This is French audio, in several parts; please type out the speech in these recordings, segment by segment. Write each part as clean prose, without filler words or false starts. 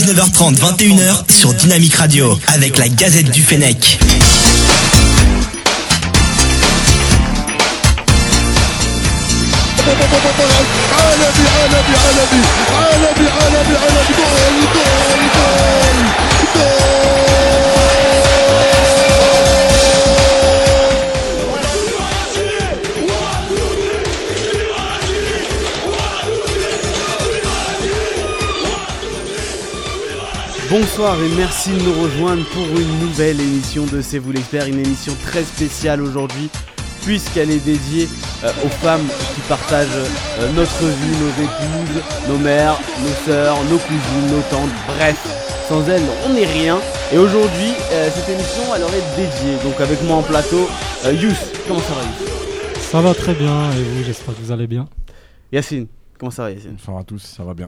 19h30, 21h sur Dynamique Radio avec la Gazette du Fennec. Bonsoir et merci de nous rejoindre pour une nouvelle émission de C'est vous l'expert, une émission très spéciale aujourd'hui puisqu'elle est dédiée aux femmes qui partagent notre vie, nos épouses, nos mères, nos sœurs, nos cousines, nos tantes, bref, sans elles on n'est rien. Et aujourd'hui cette émission elle leur est dédiée, donc avec moi en plateau, Youss, comment ça va Youss? Ça va très bien et vous, j'espère que vous allez bien. Yacine, comment ça va Yacine? Bonsoir à tous, ça va bien.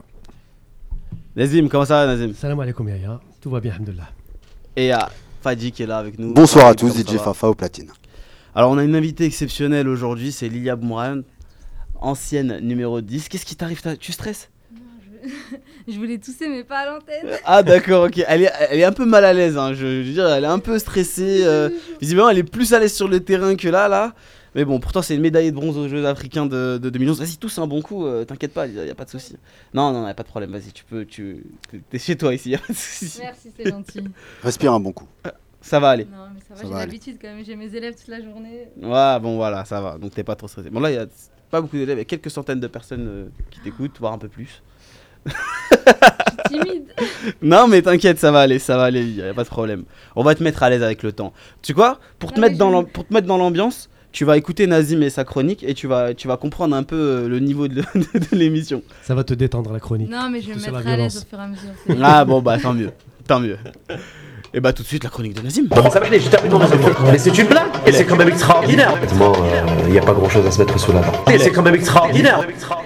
Nazim, comment ça va Nazim? Salam alaikum Yaya, tout va bien, alhamdoulilah. Et Fadi qui est là avec nous. Bonsoir à tous, DJ Fafa au platine. Alors on a une invitée exceptionnelle aujourd'hui, c'est Lilia Boumran, ancienne numéro 10. Qu'est-ce qui t'arrive? Tu stresses? Non, je voulais tousser mais pas à l'antenne. Ah d'accord, ok. Elle est un peu mal à l'aise, hein. Je veux dire, elle est un peu stressée. Visiblement elle est plus à l'aise sur le terrain que là. Mais bon, pourtant c'est une médaillée de bronze aux Jeux africains de 2011. Vas-y, tousse un bon coup, t'inquiète pas, y a pas de souci. Non, y a pas de problème, vas-y, t'es chez toi ici, y a pas de souci. Merci, c'est gentil. Respire un bon coup. Ça va aller. Non, mais ça va, j'ai l'habitude quand même, j'ai mes élèves toute la journée. Ouais, bon voilà, ça va, donc t'es pas trop stressé. Bon là, il y a pas beaucoup d'élèves, il y a quelques centaines de personnes qui t'écoutent, voire un peu plus. Je suis timide. Non mais t'inquiète, ça va aller, y a pas de problème. On va te mettre à l'aise avec le temps. Tu sais quoi, pour te mettre dans l'ambiance, tu vas écouter Nazim et sa chronique et tu vas comprendre un peu le niveau de l'émission. Ça va te détendre la chronique. Non mais je vais me mettre à l'aise au fur et à mesure. Ah bon bah tant mieux. Et bah tout de suite la chronique de Nazim. Bon, ça va aller, je termine mon raisonnement. Mais c'est une blague et c'est quand même extraordinaire. Moi, il n'y a pas grand chose à se mettre sous la dent. Et c'est quand même extraordinaire.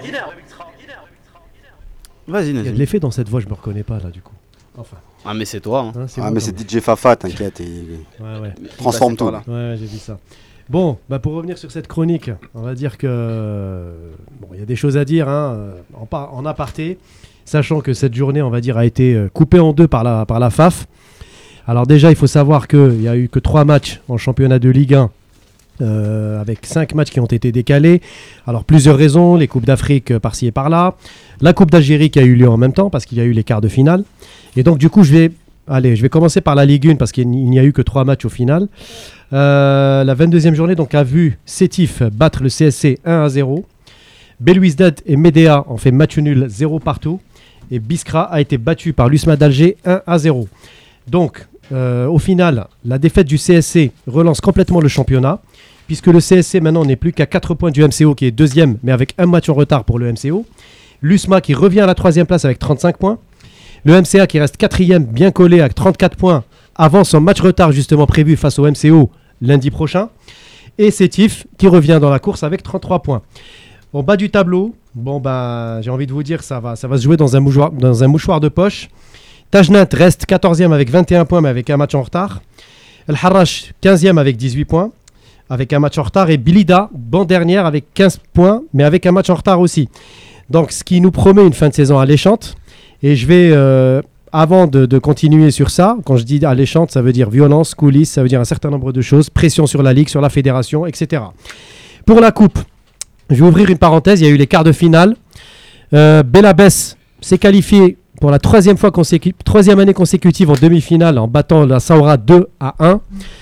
Vas-y Il y a Nazim. de l'effet dans cette voix, je me reconnais pas là du coup. Enfin. Ah mais c'est toi. Hein. Mais c'est DJ Fafa, t'inquiète. Ouais. Transforme tout. Là. Ouais, j'ai vu ça. Bon, pour revenir sur cette chronique, on va dire que il y a des choses à dire en aparté, sachant que cette journée, on va dire, a été coupée en deux par la FAF. Alors déjà, il faut savoir qu'il n'y a eu que 3 matchs en championnat de Ligue 1, avec 5 matchs qui ont été décalés. Alors plusieurs raisons, les Coupes d'Afrique par-ci et par-là, la Coupe d'Algérie qui a eu lieu en même temps parce qu'il y a eu les quarts de finale. Et donc du coup, je vais commencer par la Ligue 1 parce qu'il n'y a eu que 3 matchs au final. La 22e journée donc, a vu Sétif battre le CSC 1-0. Belouizdad et Médéa ont fait match nul 0 partout. Et Biskra a été battu par l'USMA d'Alger 1-0. Donc, au final, la défaite du CSC relance complètement le championnat, puisque le CSC maintenant n'est plus qu'à 4 points du MCO qui est deuxième, mais avec un match en retard pour le MCO. L'USMA qui revient à la 3e place avec 35 points. Le MCA qui reste 4e, bien collé avec 34 points, avant son match retard justement prévu face au MCO lundi prochain. Et Sétif qui revient dans la course avec 33 points. Au bas du tableau, j'ai envie de vous dire ça va se jouer dans un mouchoir de poche. Tajnant reste 14e avec 21 points mais avec un match en retard. El Harrach 15e avec 18 points avec un match en retard. Et Bilida, dernière avec 15 points mais avec un match en retard aussi. Donc ce qui nous promet une fin de saison alléchante. Et je vais, avant de continuer sur ça, quand je dis alléchante, ça veut dire violence, coulisses, ça veut dire un certain nombre de choses, pression sur la Ligue, sur la fédération, etc. Pour la Coupe, je vais ouvrir une parenthèse, il y a eu les quarts de finale. Belabès s'est qualifié pour la troisième année consécutive en demi-finale en battant la Saoura 2-1.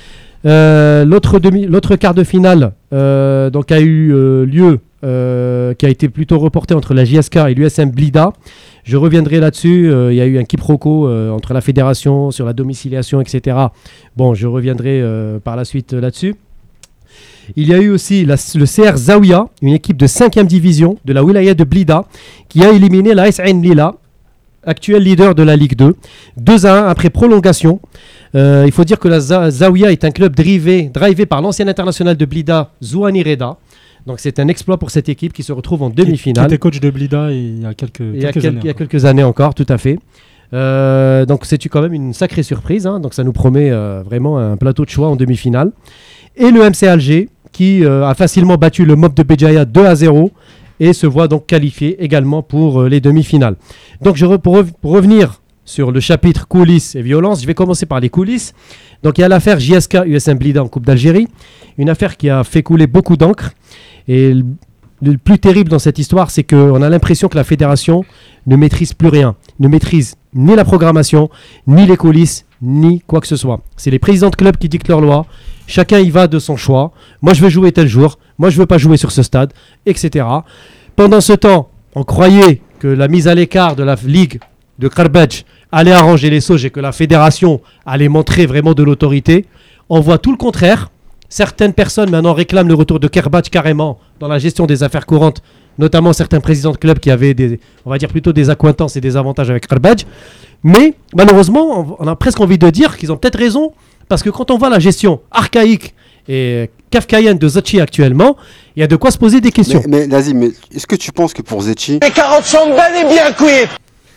L'autre quart de finale donc a eu lieu, qui a été plutôt reporté entre la JSK et l'USM Blida. Je reviendrai là-dessus, il y a eu un quiproquo entre la fédération sur la domiciliation, etc. Bon, je reviendrai par la suite là-dessus. Il y a eu aussi le CR Zawiya, une équipe de 5e division de la wilaya de Blida, qui a éliminé la AS Ain Lila, actuel leader de la Ligue 2, 2-1 après prolongation. Il faut dire que la Zawiya est un club drivé par l'ancien international de Blida, Zouani Reda. Donc c'est un exploit pour cette équipe qui se retrouve en demi-finale. Qui était coach de Blida il y a quelques années encore, tout à fait. Donc c'est quand même une sacrée surprise. Donc ça nous promet vraiment un plateau de choix en demi-finale. Et le MC Alger qui a facilement battu le Mob de Béjaïa 2-0 et se voit donc qualifié également pour les demi-finales. Donc pour revenir sur le chapitre coulisses et violence. Je vais commencer par les coulisses. Donc il y a l'affaire JSK USM Blida en Coupe d'Algérie, une affaire qui a fait couler beaucoup d'encre. Et le plus terrible dans cette histoire, c'est qu'on a l'impression que la fédération ne maîtrise plus rien, ne maîtrise ni la programmation, ni les coulisses, ni quoi que ce soit. C'est les présidents de club qui dictent leurs lois. Chacun y va de son choix. Moi, je veux jouer tel jour. Moi, je veux pas jouer sur ce stade, etc. Pendant ce temps, on croyait que la mise à l'écart de la Ligue de Karbadj allait arranger les sauges et que la fédération allait montrer vraiment de l'autorité. On voit tout le contraire. Certaines personnes maintenant réclament le retour de Karbadj carrément dans la gestion des affaires courantes, notamment certains présidents de clubs qui avaient on va dire plutôt des accointances et des avantages avec Karbadj. Mais malheureusement, on a presque envie de dire qu'ils ont peut-être raison, parce que quand on voit la gestion archaïque et kafkaïenne de Zetchi actuellement, il y a de quoi se poser des questions. Mais Nazim, est-ce que tu penses que pour Zetchi... Les 40 chandelles est bien cuit.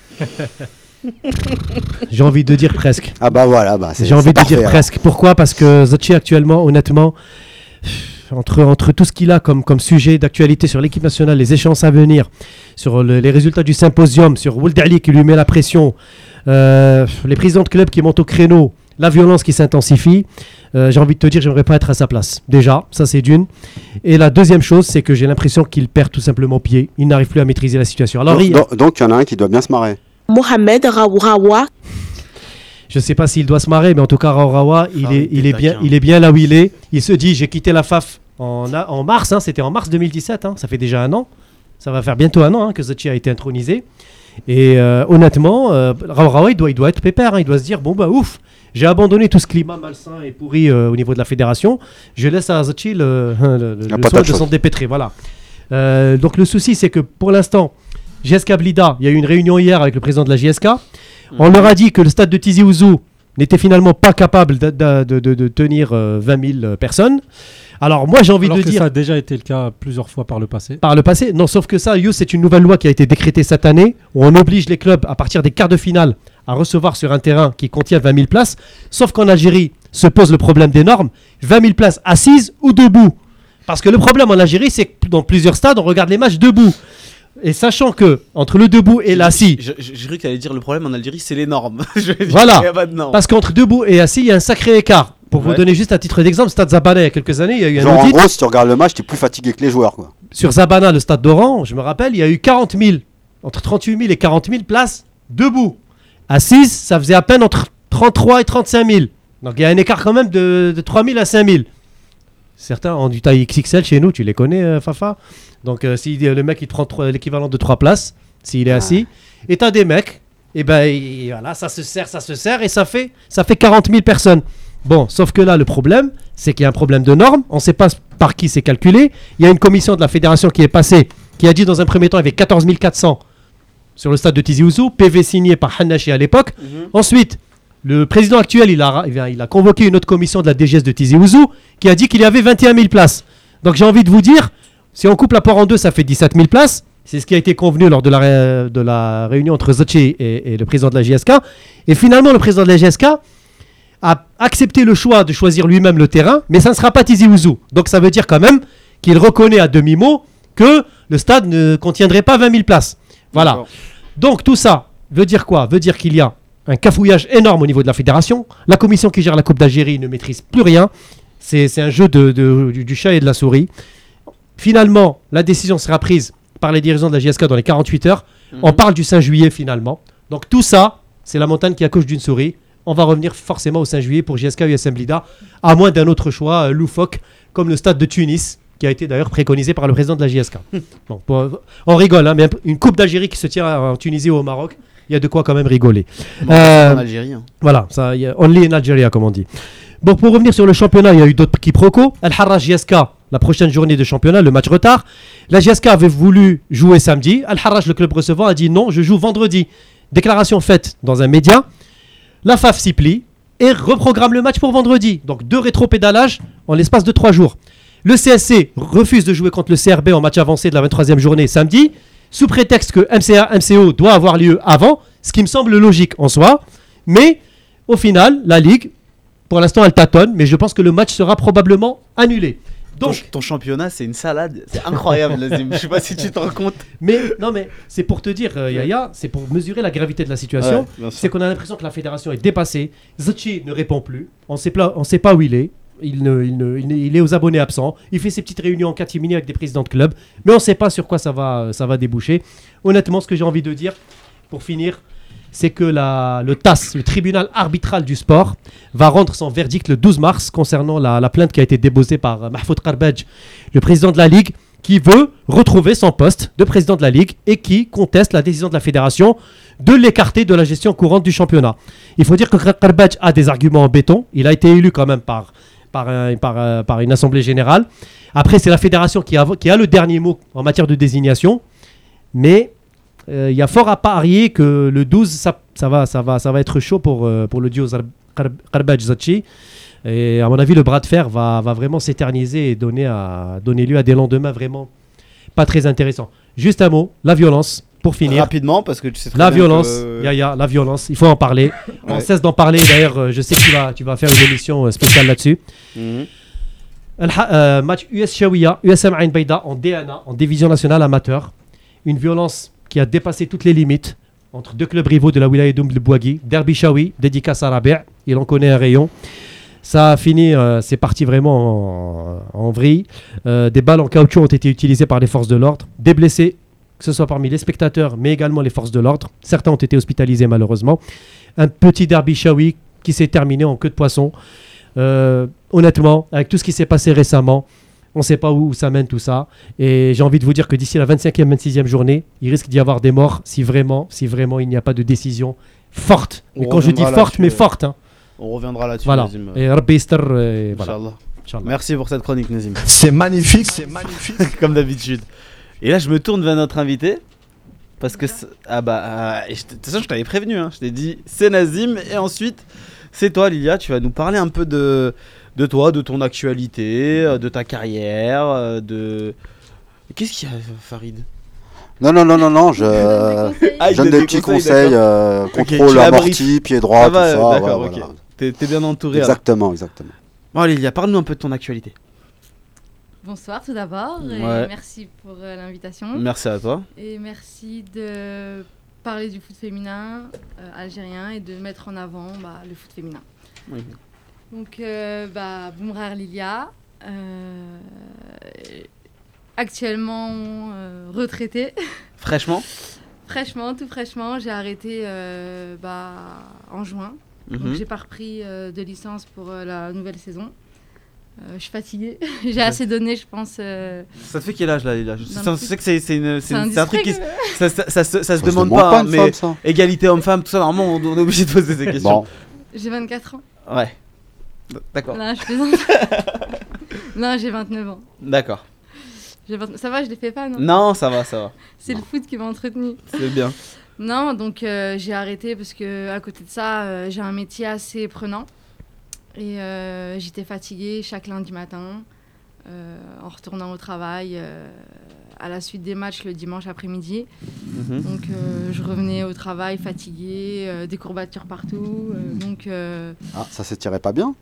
J'ai envie de dire presque. Ah bah voilà, j'ai envie de dire presque. Pourquoi ? Parce que Zetchi actuellement, honnêtement, entre tout ce qu'il a comme sujet d'actualité sur l'équipe nationale, les échéances à venir, sur les résultats du symposium, sur Ould Ali qui lui met la pression, les présidents de club qui montent au créneau, la violence qui s'intensifie, j'ai envie de te dire, j'aimerais pas être à sa place. Déjà, ça c'est d'une. Et la deuxième chose, c'est que j'ai l'impression qu'il perd tout simplement pied. Il n'arrive plus à maîtriser la situation. Alors, donc il y en a un qui doit bien se marrer. Mohamed Raourawa. Je ne sais pas s'il doit se marrer, mais en tout cas, Raourawa, il est bien là où il est. Il se dit, j'ai quitté la FAF en mars, c'était en mars 2017, ça fait déjà un an. Ça va faire bientôt un an que Zetchi a été intronisé. Et honnêtement, Raourawa, il doit être pépère. Il doit se dire, bon bah ouf, j'ai abandonné tout ce climat malsain et pourri au niveau de la fédération. Je laisse à Zetchi le soin de s'en dépêtrer. Voilà. Donc le souci, c'est que pour l'instant, JSK Blida, il y a eu une réunion hier avec le président de la JSK. On leur a dit que le stade de Tizi Ouzou n'était finalement pas capable de tenir 20 000 personnes. Alors moi j'ai envie de dire... ça a déjà été le cas plusieurs fois par le passé. Par le passé ? Non, sauf que ça, c'est une nouvelle loi qui a été décrétée cette année, où on oblige les clubs à partir des quarts de finale à recevoir sur un terrain qui contient 20 000 places. Sauf qu'en Algérie se pose le problème des normes, 20 000 places assises ou debout. Parce que le problème en Algérie, c'est que dans plusieurs stades, on regarde les matchs debout. Et sachant que entre le debout et l'assis, je crois que tu allais dire le problème en Algérie, c'est les normes. Voilà. Parce qu'entre debout et assis, il y a un sacré écart. Pour vous donner juste un titre d'exemple, Stade Zabana il y a quelques années, il y a eu un audit. En gros, si tu regardes le match, tu es plus fatigué que les joueurs, quoi. Sur Zabana, le stade d'Oran, je me rappelle, il y a eu 40 000, entre 38 000 et 40 000 places debout. Assises, ça faisait à peine entre 33 et 35 000. Donc il y a un écart quand même de 3 000 à 5 000. Certains ont du taille XXL chez nous, tu les connais, Fafa. Donc si le mec il prend l'équivalent de 3 places, s'il est assis, et t'as des mecs, et voilà, ça se serre, et ça fait 40 000 personnes. Bon, sauf que là, le problème, c'est qu'il y a un problème de normes, on ne sait pas par qui c'est calculé. Il y a une commission de la fédération qui est passée, qui a dit dans un premier temps, il y avait 14 400 sur le stade de Tizi Ouzou, PV signé par Hanachi à l'époque. Ensuite, le président actuel, il a convoqué une autre commission de la DGS de Tizi Ouzou, qui a dit qu'il y avait 21 000 places. Donc j'ai envie de vous dire, si on coupe la poire en deux, ça fait 17 000 places. C'est ce qui a été convenu lors de la réunion entre Zetchi et le président de la JSK. Et finalement, le président de la JSK a accepté le choix de choisir lui-même le terrain, mais ça ne sera pas Tizi Ouzou. Donc ça veut dire quand même qu'il reconnaît à demi-mot que le stade ne contiendrait pas 20 000 places. Voilà. D'accord. Donc tout ça veut dire quoi ? Veut dire qu'il y a un cafouillage énorme au niveau de la fédération. La commission qui gère la Coupe d'Algérie ne maîtrise plus rien. C'est un jeu du chat et de la souris. Finalement, la décision sera prise par les dirigeants de la JSK dans les 48 heures. On parle du 5 juillet finalement. Donc tout ça, c'est la montagne qui accouche d'une souris. On va revenir forcément au 5 juillet pour JSK USM Blida, à moins d'un autre choix loufoque, comme le stade de Tunis, qui a été d'ailleurs préconisé par le président de la JSK. Bon, on rigole, mais une Coupe d'Algérie qui se tient en Tunisie ou au Maroc, il y a de quoi quand même rigoler. En Algérie. Voilà, ça, only in Algeria, comme on dit. Bon, pour revenir sur le championnat, il y a eu d'autres quiproquos. Al-Harraj JSK, la prochaine journée de championnat, le match retard. La JSK avait voulu jouer samedi. Al-Harraj, le club recevant, a dit non, je joue vendredi. Déclaration faite dans un média. La FAF s'y plie et reprogramme le match pour vendredi. Donc 2 rétro-pédalages en l'espace de 3 jours. Le CSC refuse de jouer contre le CRB en match avancé de la 23e journée samedi, sous prétexte que MCO doit avoir lieu avant, ce qui me semble logique en soi. Mais au final, la Ligue, pour l'instant, elle tâtonne, mais je pense que le match sera probablement annulé. Donc, ton championnat, c'est une salade. C'est incroyable, Nazim. Je sais pas si tu te rends compte. mais c'est pour te dire, Yaya, c'est pour mesurer la gravité de la situation. Ouais, bien sûr. C'est qu'on a l'impression que la fédération est dépassée. Zetchi ne répond plus. On sait pas où il est. Il est aux abonnés absents. Il fait ses petites réunions en catimini avec des présidents de club. Mais on ne sait pas sur quoi ça va déboucher. Honnêtement, ce que j'ai envie de dire, pour finir, c'est que le TAS, le tribunal arbitral du sport, va rendre son verdict le 12 mars concernant la plainte qui a été déposée par Mahfoud Karbadj, le président de la Ligue, qui veut retrouver son poste de président de la Ligue et qui conteste la décision de la fédération de l'écarter de la gestion courante du championnat. Il faut dire que Karbadj a des arguments en béton. Il a été élu quand même par une assemblée générale. Après, c'est la fédération qui a le dernier mot en matière de désignation. Mais il y a fort à parier que le 12, ça va être chaud pour le duo Karbadj-Zetchi. Et à mon avis, le bras de fer va vraiment s'éterniser et donner lieu à des lendemains vraiment pas très intéressants. Juste un mot, la violence, pour finir. Rapidement, parce que tu sais très la bien violence, que... Yaya, la violence, il faut en parler. On Ouais. cesse d'en parler. D'ailleurs, je sais que tu vas faire une émission spéciale là-dessus. Mhm. Match US Shawiya, USM Ain Baïda en DNA, en division nationale amateur. Une violence qui a dépassé toutes les limites entre deux clubs rivaux de la wilaya d'Oum de Bouagui. Derby Shawi, dédicace à Rabi', il en connaît un rayon. Ça a fini, c'est parti vraiment en vrille. Des balles en caoutchouc ont été utilisées par les forces de l'ordre. Des blessés, que ce soit parmi les spectateurs, mais également les forces de l'ordre. Certains ont été hospitalisés malheureusement. Un petit derby Shawi qui s'est terminé en queue de poisson. Honnêtement, avec tout ce qui s'est passé récemment, on ne sait pas où ça mène tout ça. Et j'ai envie de vous dire que d'ici la 25e, 26e journée, il risque d'y avoir des morts si vraiment il n'y a pas de décision forte. Mais quand je dis forte, mais forte. Hein. On reviendra là-dessus, Voilà. Nazim. Et Rabbi Istar, voilà. Inch'Allah. Inch'Allah. Merci pour cette chronique, Nazim. C'est magnifique. Comme d'habitude. Et là, je me tourne vers notre invité. Parce que... de toute façon, je t'avais prévenu. Hein. Je t'ai dit, c'est Nazim. Et ensuite, c'est toi, Lilia. Tu vas nous parler un peu de toi, de ton actualité, de ta carrière, de... Qu'est-ce qu'il y a, Farid? Non, je Ah, il donne donne des des petits conseils, conseils, Ok, contrôle tu amorti, abrites. pied droit, Ça tout va, ça. d'accord, ouais, ok. voilà. T'es bien entouré. alors. Exactement. Bon, Lilia, parle-nous un peu de ton actualité. Bonsoir tout d'abord et Ouais. merci pour l'invitation. Merci à toi. Et merci de parler du foot féminin algérien et de mettre en avant le foot féminin. Oui. Donc, Boumrar Lilia, actuellement retraitée. Fraîchement. Tout fraîchement, j'ai arrêté en juin. Donc Mhm. j'ai pas repris de licence pour la nouvelle saison. Je suis fatiguée, j'ai assez donné, je pense. Ça te fait quel âge là, Lilia? Je Dans le sais que c'est un truc qui indiscret, ça se Ça se demande demande pas, une mais femme, ça. égalité homme-femme, tout ça, normalement on est obligé de poser ces questions. Bon, J'ai 24 ans. Ouais. D'accord. Là, je plaisante. Non, j'ai 29 ans. D'accord. Ça va, je les fais pas, non? Non, ça va. C'est le foot qui m'a entretenue. C'est bien. Non, donc j'ai arrêté parce que à côté de ça, j'ai un métier assez prenant. Et j'étais fatiguée chaque lundi matin en retournant au travail à la suite des matchs le dimanche après-midi. Mhm. Donc je revenais au travail fatiguée, des courbatures partout. ça s'étirait pas bien.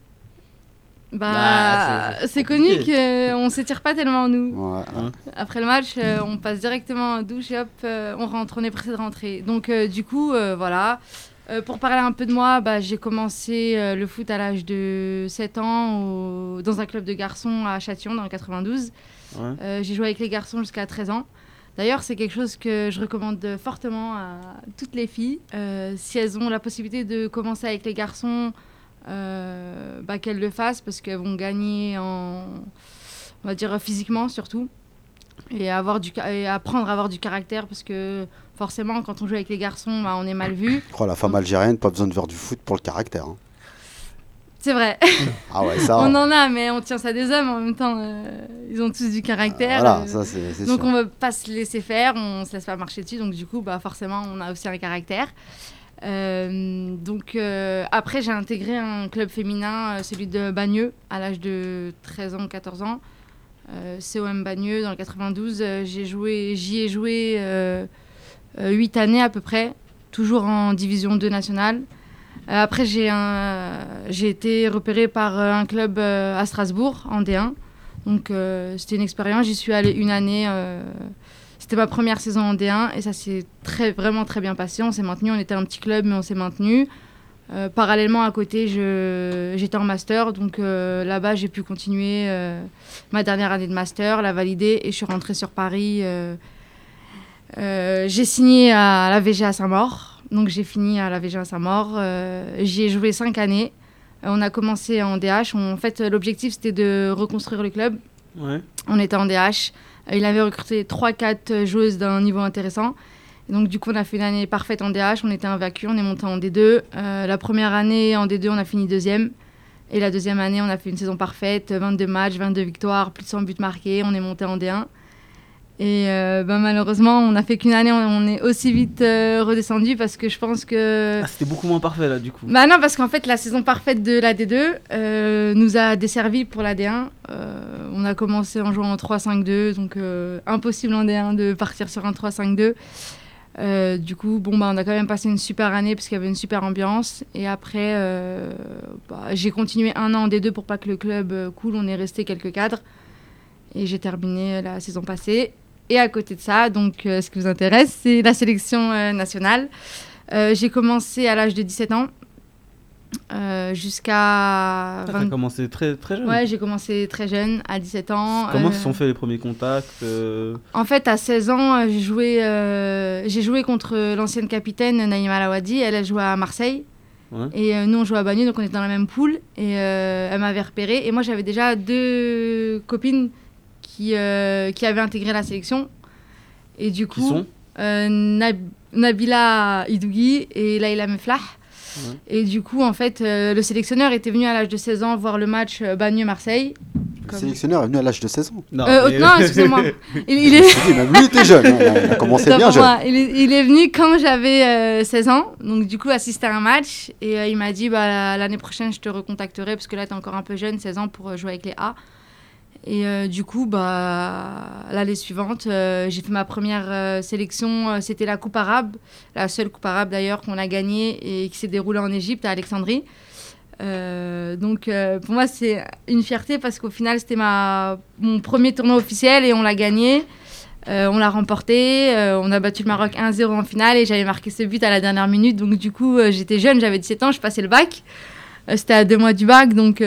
C'est connu qu'on s'étire pas tellement nous. Ouais. Après le match, on passe directement en douche et hop, on rentre, on est pressé de rentrer. Donc du coup, voilà. Pour parler un peu de moi, j'ai commencé le foot à l'âge de 7 ans dans un club de garçons à Châtillon dans le 92. Ouais. J'ai joué avec les garçons jusqu'à 13 ans. D'ailleurs, c'est quelque chose que je recommande fortement à toutes les filles. Si elles ont la possibilité de commencer avec les garçons, qu'elles le fassent parce qu'elles vont gagner on va dire physiquement surtout. Et apprendre à avoir du caractère parce que forcément quand on joue avec les garçons on est mal vu. La femme algérienne, pas besoin de faire du foot pour le caractère. Hein. C'est vrai. Ah ouais, ça. On en a mais on tient ça des hommes en même temps. Ils ont tous du caractère. Voilà, ça c'est donc sûr. on ne veut pas se laisser faire, on ne se laisse pas marcher dessus. Donc du coup forcément on a aussi un caractère. Après j'ai intégré un club féminin, celui de Bagneux à l'âge de 13 ans, 14 ans. COM Bagneux dans le 92, j'y ai joué 8 années à peu près, toujours en division 2 nationale. Après j'ai été repérée par un club à Strasbourg en D1, Donc c'était une expérience, j'y suis allée une année, c'était ma première saison en D1 et ça s'est vraiment très bien passé, on s'est maintenu, on était un petit club mais on s'est maintenu. Parallèlement à côté, j'étais en master, donc là-bas j'ai pu continuer ma dernière année de master, la valider et je suis rentrée sur Paris. J'ai signé à la VG à Saint-Maur, donc j'ai fini à la VG à Saint-Maur. J'y ai joué 5 années. On a commencé en DH. En fait, l'objectif c'était de reconstruire le club. Ouais. On était en DH. Il avait recruté 3-4 joueuses d'un niveau intéressant. Et donc du coup, on a fait une année parfaite en DH. On était invaincus, on est monté en D2. La première année en D2, on a fini 2e. Et la deuxième année, on a fait une saison parfaite, 22 matchs, 22 victoires, plus de 100 buts marqués. On est monté en D1. Et malheureusement, on n'a fait qu'une année, on est aussi vite redescendu parce que je pense que... Ah, c'était beaucoup moins parfait là du coup. Bah non, parce qu'en fait, la saison parfaite de la D2 nous a desservi pour la D1. On a commencé en jouant en 3-5-2, donc impossible en D1 de partir sur un 3-5-2. Du coup, on a quand même passé une super année parce qu'il y avait une super ambiance. Et après, j'ai continué un an en D2 pour pas que le club coule. On est resté quelques cadres. Et j'ai terminé la saison passée. Et à côté de ça, donc, ce qui vous intéresse, c'est la sélection nationale. J'ai commencé à l'âge de 17 ans. Jusqu'à... T'as commencé très, très jeune. Ouais, j'ai commencé très jeune, à 17 ans. Comment se sont faits les premiers contacts En fait, à 16 ans, j'ai joué contre l'ancienne capitaine Naïma Lawadi. Elle a joué à Marseille. Ouais. Et nous, on jouait à Bagneux, donc on était dans la même poule. Et elle m'avait repéré. Et moi, j'avais déjà 2 copines qui avaient intégré la sélection. Et du coup... Qui sont Nabila Idougui et Laïla Meflah. Ouais. Et du coup, en fait, le sélectionneur était venu à l'âge de 16 ans voir le match Bagneux-Marseille. Le sélectionneur est venu à l'âge de 16 ans. Non, excusez-moi. Il est... Même lui était jeune, hein. Il a commencé bien jeune. Il est venu quand j'avais 16 ans, donc du coup assister à un match. Et il m'a dit, l'année prochaine, je te recontacterai, parce que là, tu es encore un peu jeune, 16 ans, pour jouer avec les A. Et du coup, l'année suivante, j'ai fait ma première sélection. C'était la Coupe arabe, la seule Coupe arabe d'ailleurs qu'on a gagnée et qui s'est déroulée en Égypte, à Alexandrie. Donc pour moi, c'est une fierté parce qu'au final, c'était mon premier tournoi officiel et on l'a gagné. On l'a remporté. On a battu le Maroc 1-0 en finale et j'avais marqué ce but à la dernière minute. Donc du coup, j'étais jeune, j'avais 17 ans, je passais le bac. C'était à 2 mois du bac, donc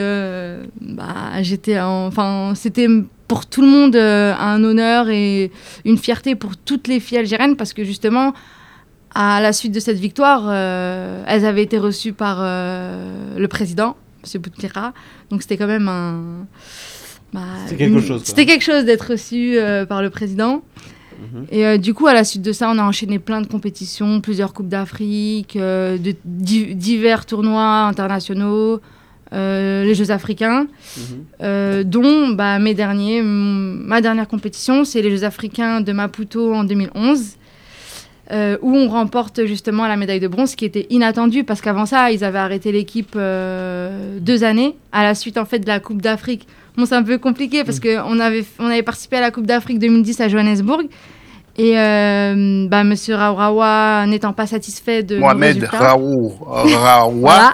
c'était pour tout le monde un honneur et une fierté pour toutes les filles algériennes parce que justement, à la suite de cette victoire, elles avaient été reçues par le président, M. Bouteflika. Donc c'était quand même c'était quelque chose d'être reçu par le président. Et du coup, à la suite de ça, on a enchaîné plein de compétitions, plusieurs Coupes d'Afrique, divers tournois internationaux, les Jeux africains, dont ma dernière compétition, c'est les Jeux africains de Maputo en 2011, où on remporte justement la médaille de bronze, qui était inattendue, parce qu'avant ça, ils avaient arrêté l'équipe 2 années, à la suite en fait de la Coupe d'Afrique. Bon, c'est un peu compliqué parce qu'on avait participé à la Coupe d'Afrique 2010 à Johannesburg et Monsieur Raourawa n'étant pas satisfait de Mohamed Raourawa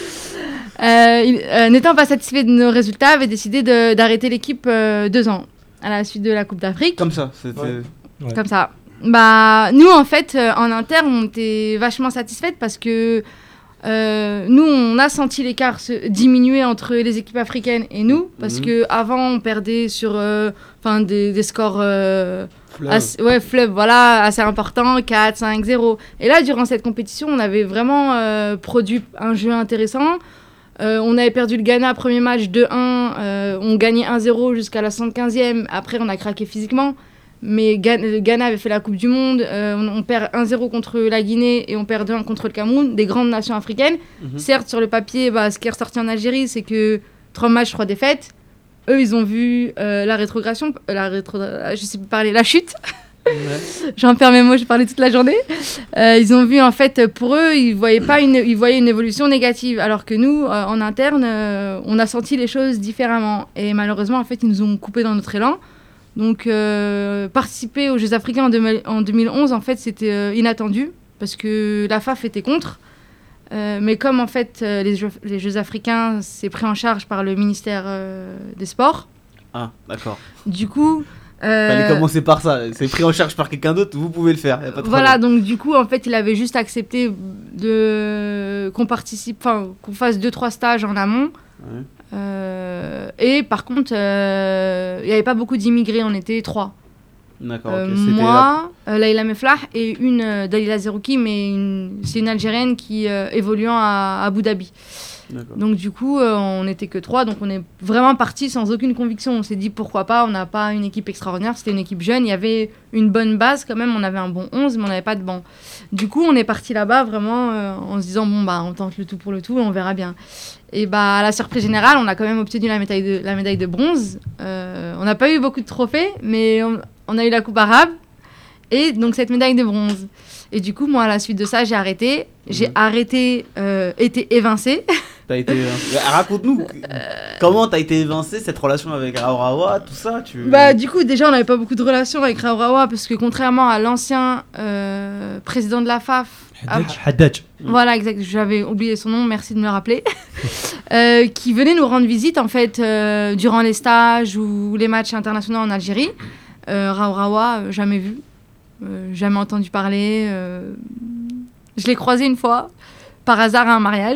n'étant pas satisfait de nos résultats avait décidé d'arrêter l'équipe 2 ans à la suite de la Coupe d'Afrique. Comme ça, c'était... Ouais. Comme ça. Nous, en fait, en interne, on était vachement satisfaites parce que nous, on a senti l'écart se diminuer entre les équipes africaines et nous, parce qu'avant, on perdait sur des scores fleuve, voilà, assez importants, 4-5-0. Et là, durant cette compétition, on avait vraiment produit un jeu intéressant. On avait perdu le Ghana, premier match 2-1, on gagnait 1-0 jusqu'à la 75e. Après, on a craqué physiquement. Mais le Ghana avait fait la Coupe du Monde, on perd 1-0 contre la Guinée et on perd 2-1 contre le Cameroun, des grandes nations africaines. Certes, sur le papier, ce qui est ressorti en Algérie, c'est que 3 matchs, 3 défaites. Eux, ils ont vu la rétrogradation, je sais pas parler, la chute. Ouais. J'en perds mes mots, j'ai parlé toute la journée. Ils ont vu, en fait, pour eux, ils voyaient une évolution négative, alors que nous, en interne, on a senti les choses différemment. Et malheureusement, en fait, ils nous ont coupé dans notre élan. Donc, participer aux Jeux africains en 2011, en fait, c'était inattendu parce que la FAF était contre. Mais comme, en fait, les Jeux africains, c'est pris en charge par le ministère des Sports. Ah, d'accord. Du coup... Fallait commencer par ça. C'est pris en charge par quelqu'un d'autre, vous pouvez le faire. Y a pas de Voilà, problème. donc du coup, en fait, il avait juste accepté qu'on participe, enfin, qu'on fasse 2-3 stages en amont. Ouais. Et par contre, il n'y avait pas beaucoup d'immigrés, on était 3. D'accord, ok. C'était Moi, Laila Meflah et une Dalila Zerouki, mais c'est une Algérienne qui évoluant à Abu Dhabi. D'accord. Donc du coup, on n'était que 3, donc on est vraiment parti sans aucune conviction. On s'est dit pourquoi pas, on n'a pas une équipe extraordinaire, c'était une équipe jeune, il y avait une bonne base quand même, on avait un bon 11, mais on n'avait pas de banc. Du coup, on est parti là-bas vraiment en se disant, bon bah on tente le tout pour le tout, on verra bien. Et bah à la surprise générale, on a quand même obtenu la médaille de bronze. On n'a pas eu beaucoup de trophées, mais on a eu la coupe arabe, et donc cette médaille de bronze. Et du coup, moi, à la suite de ça, j'ai arrêté. J'ai arrêté, été évincée. T'as été raconte-nous comment t'as été évincé, cette relation avec Raourawa, tout ça. Bah du coup déjà on n'avait pas beaucoup de relations avec Raourawa parce que contrairement à l'ancien président de la FAF, Haddad. Voilà exact, j'avais oublié son nom, merci de me le rappeler, qui venait nous rendre visite en fait durant les stages ou les matchs internationaux en Algérie. Raourawa, jamais vu, jamais entendu parler. Je l'ai croisé une fois. Par hasard à un mariage.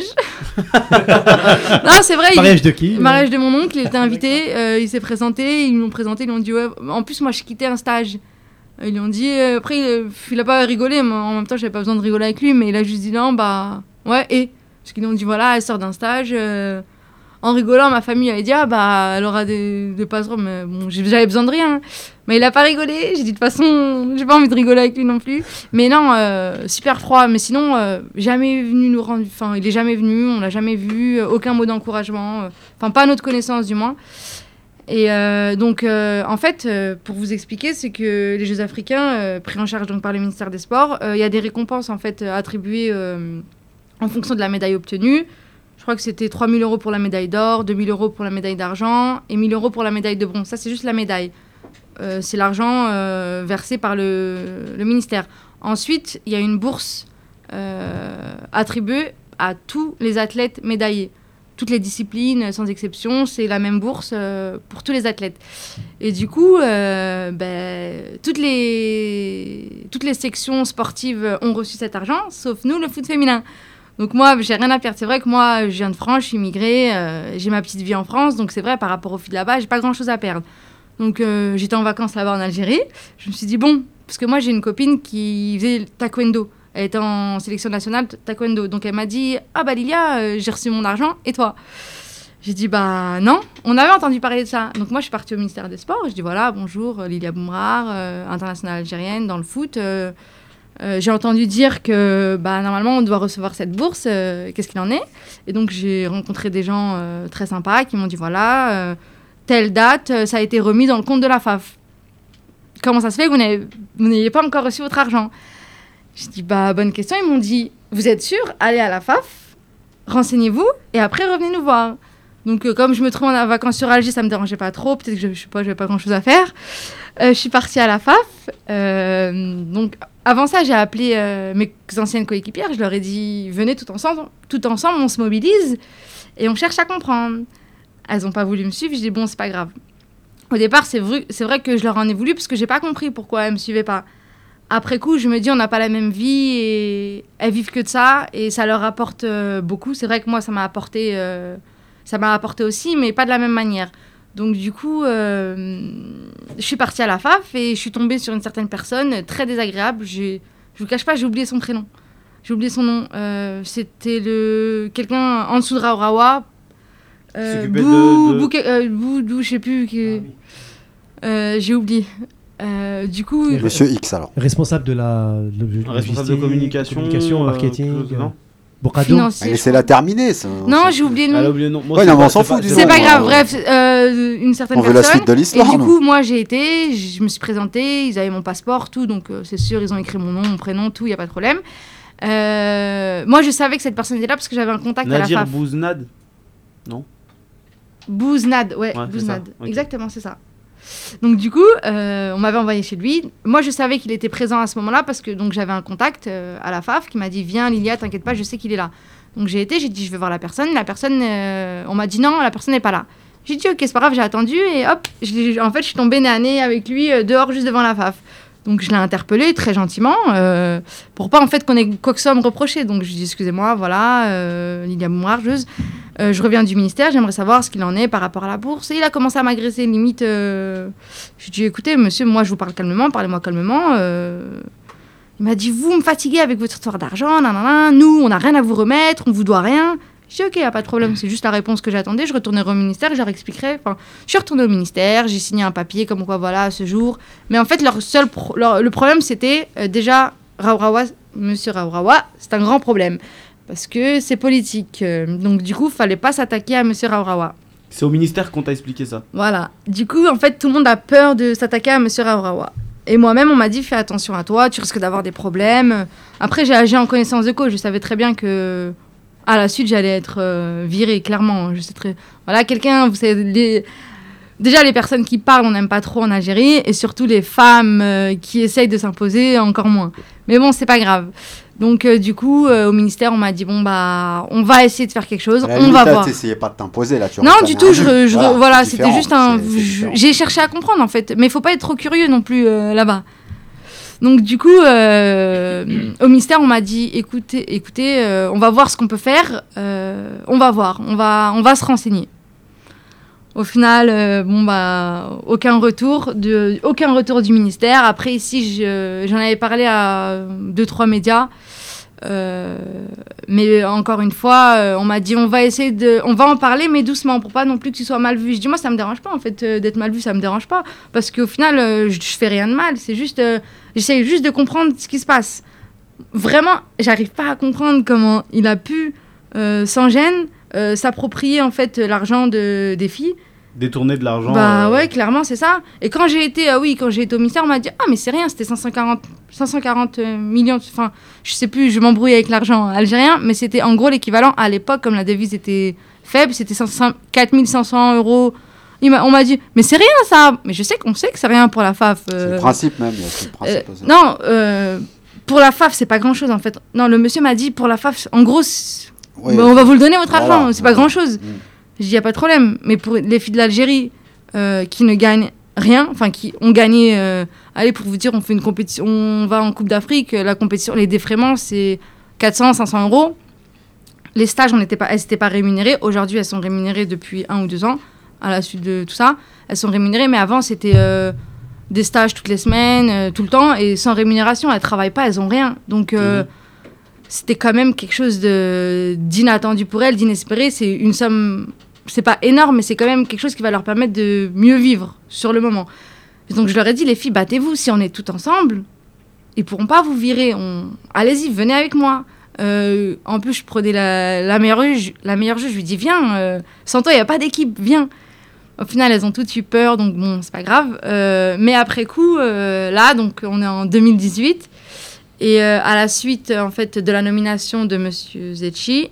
Non, c'est vrai. Mariage de qui? Mariage de mon oncle, il était invité, il s'est présenté, ils m'ont présenté, ils lui ont dit ouais. En plus, moi, je quittais un stage. Ils lui ont dit, après, il a pas rigolé, mais en même temps, j'avais pas besoin de rigoler avec lui, mais il a juste dit non, bah, ouais, et. Parce qu'ils lui ont dit voilà, elle sort d'un stage. En rigolant, ma famille avait dit ah, bah, elle aura des passeports, mais bon, j'avais besoin de rien. Mais il a pas rigolé, j'ai dit de toute façon, j'ai pas envie de rigoler avec lui non plus. Mais non, super froid, mais sinon, jamais venu nous rendre. Enfin, il est jamais venu, on l'a jamais vu, aucun mot d'encouragement, enfin, pas à notre connaissance du moins. Et donc, en fait, pour vous expliquer, c'est que les Jeux africains, pris en charge donc, par le ministère des Sports, il y a des récompenses en fait, attribuées en fonction de la médaille obtenue. Je crois que c'était 3 000 € pour la médaille d'or, 2 000 € pour la médaille d'argent et 1 000 € pour la médaille de bronze. Ça, c'est juste la médaille. C'est l'argent versé par le ministère. Ensuite, il y a une bourse attribuée à tous les athlètes médaillés. Toutes les disciplines, sans exception, c'est la même bourse pour tous les athlètes. Et du coup, toutes les sections sportives ont reçu cet argent, sauf nous, le foot féminin. Donc moi, j'ai rien à perdre. C'est vrai que moi, je viens de France, je suis immigrée, j'ai ma petite vie en France, donc c'est vrai, par rapport aux filles de là-bas, j'ai pas grand-chose à perdre. Donc j'étais en vacances là-bas en Algérie, je me suis dit, bon, parce que moi, j'ai une copine qui faisait le taekwondo. Elle était en sélection nationale taekwondo. Donc elle m'a dit, ah bah Lilia, j'ai reçu mon argent, et toi? J'ai dit, bah non, on avait entendu parler de ça. Donc moi, je suis partie au ministère des Sports, je dis, voilà, bonjour, Lilia Boumrar, internationale algérienne dans le foot. J'ai entendu dire que bah, normalement on doit recevoir cette bourse, qu'est-ce qu'il en est? Et donc j'ai rencontré des gens très sympas qui m'ont dit voilà, telle date, ça a été remis dans le compte de la FAF. Comment ça se fait que vous n'ayez pas encore reçu votre argent? J'ai dit bah bonne question, ils m'ont dit vous êtes sûr? Allez à la FAF, renseignez-vous et après revenez nous voir. Donc comme je me trouve en vacances sur Alger, ça me dérangeait pas trop, peut-être que je sais pas, j'avais pas grand-chose à faire. Je suis partie à la FAF, donc avant ça, j'ai appelé mes anciennes coéquipières. Je leur ai dit, venez tout ensemble, on se mobilise et on cherche à comprendre. Elles n'ont pas voulu me suivre. Je dis, bon, c'est pas grave. Au départ, c'est vrai que je leur en ai voulu parce que j'ai pas compris pourquoi elles me suivaient pas. Après coup, je me dis, on n'a pas la même vie et elles vivent que de ça et ça leur apporte beaucoup. C'est vrai que moi, ça m'a apporté aussi, mais pas de la même manière. Donc du coup, je suis partie à la FAF et je suis tombée sur une certaine personne très désagréable. Je vous cache pas, j'ai oublié son prénom. J'ai oublié son nom. C'était quelqu'un en dessous de Raourawa. Boudou, je sais plus. J'ai oublié. Du coup, Monsieur X alors. Responsable de responsable de communication, marketing. Non. Laissez-la terminer. Non, j'ai oublié le nom. Elle a oublié le nom. Ouais, non, mais on s'en fout. C'est pas grave, bref, une certaine on personne. veut la suite de l'histoire. Et du coup, moi, je me suis présentée, ils avaient mon passeport, tout, donc c'est sûr, ils ont écrit mon nom, mon prénom, tout, il n'y a pas de problème. Moi, je savais que cette personne était là parce que j'avais un contact à la FAF. Bouznad? Non. Bouznad, ouais Bouznad. Okay. Exactement, c'est ça. Donc du coup, on m'avait envoyé chez lui. Moi, je savais qu'il était présent à ce moment-là parce que donc j'avais un contact à la FAF qui m'a dit viens Lilia, t'inquiète pas, je sais qu'il est là. Donc j'ai dit je vais voir la personne. La personne, on m'a dit non, la personne n'est pas là. J'ai dit ok, c'est pas grave, j'ai attendu et hop, en fait je suis tombée nez à nez avec lui dehors juste devant la FAF. Donc je l'ai interpellé très gentiment pour pas en fait qu'on ait quoi que ce soit à me reprocher. Donc je lui ai dit excusez-moi, voilà, Lilia Boumouargeuse, je reviens du ministère, j'aimerais savoir ce qu'il en est par rapport à la bourse. Et il a commencé à m'agresser limite. Je lui ai dit écoutez monsieur, moi je vous parle calmement, parlez-moi calmement. Il m'a dit vous me fatiguez avec votre histoire d'argent, nanana, nous on n'a rien à vous remettre, on vous doit rien. J'ai dit ok, y a pas de problème, c'est juste la réponse que j'attendais. Je retournerai au ministère, je leur expliquerai. Enfin, je suis retournée au ministère, j'ai signé un papier comme quoi voilà ce jour. Mais en fait le problème c'était déjà Monsieur Raouraoua, c'est un grand problème parce que c'est politique. Donc du coup, fallait pas s'attaquer à Monsieur Raouraoua. C'est au ministère qu'on t'a expliqué ça. Voilà. Du coup, en fait, tout le monde a peur de s'attaquer à Monsieur Raouraoua. Et moi-même, on m'a dit fais attention à toi, tu risques d'avoir des problèmes. Après, j'ai agi en connaissance de cause. Je savais très bien que à la suite, j'allais être virée, clairement. Je sais très... Voilà, quelqu'un, vous savez, déjà, les personnes qui parlent, on n'aime pas trop en Algérie. Et surtout, les femmes qui essayent de s'imposer, encore moins. Mais bon, c'est pas grave. Donc, du coup, au ministère, on m'a dit, bon, bah, on va essayer de faire quelque chose. On va voir. T'essayais pas de t'imposer, là. Non, du tout. Voilà, c'était juste un... J'ai cherché à comprendre, en fait. Mais il faut pas être trop curieux non plus, là-bas. Donc du coup, au ministère, on m'a dit, écoutez, on va voir ce qu'on peut faire. On va voir, on va se renseigner. Au final, aucun retour du ministère. Après ici, j'en avais parlé à 2-3 médias. Mais encore une fois, on m'a dit on va en parler mais doucement pour pas non plus que tu sois mal vu. Je dis moi ça me dérange pas en fait d'être mal vu, ça me dérange pas parce qu'au final je fais rien de mal, c'est juste j'essaie juste de comprendre ce qui se passe. Vraiment, j'arrive pas à comprendre comment il a pu sans gêne s'approprier en fait l'argent des filles. Détourner de l'argent. Bah ouais, clairement, c'est ça. Et quand j'ai été au ministère, on m'a dit « Ah, mais c'est rien, c'était 540 millions. » Enfin, je sais plus, je m'embrouille avec l'argent algérien, mais c'était en gros l'équivalent à l'époque, comme la devise était faible, c'était 4500 €. On m'a dit « Mais c'est rien, ça !» Mais je sais qu'on sait que c'est rien pour la FAF. C'est le principe même, c'est le principe. Non, pour la FAF, c'est pas grand-chose, en fait. Non, le monsieur m'a dit « Pour la FAF, en gros, oui, on va vous le donner, votre argent, voilà, c'est pas grand-chose. » Je dis, il n'y a pas de problème. Mais pour les filles de l'Algérie qui ne gagnent rien, enfin qui ont gagné, allez, pour vous dire, on fait une compétition, on va en Coupe d'Afrique, la compétition, les défraiements, c'est 400-500 €. Les stages, elles n'étaient pas rémunérées. Aujourd'hui, elles sont rémunérées depuis 1 ou 2 ans, à la suite de tout ça. Elles sont rémunérées, mais avant, c'était des stages toutes les semaines, tout le temps, et sans rémunération. Elles ne travaillent pas, elles n'ont rien. Donc, c'était quand même quelque chose d'inattendu pour elles, d'inespéré. C'est une somme... C'est pas énorme, mais c'est quand même quelque chose qui va leur permettre de mieux vivre sur le moment. Donc je leur ai dit, les filles, battez-vous. Si on est toutes ensemble, ils pourront pas vous virer. Allez-y, venez avec moi. En plus, je prenais la meilleure juge. La meilleure juge, je lui dis, viens. Sans toi, il n'y a pas d'équipe, viens. Au final, elles ont toutes eu peur, donc bon, c'est pas grave. Mais après coup, là, donc on est en 2018. Et à la suite, en fait, de la nomination de Monsieur Zetchi,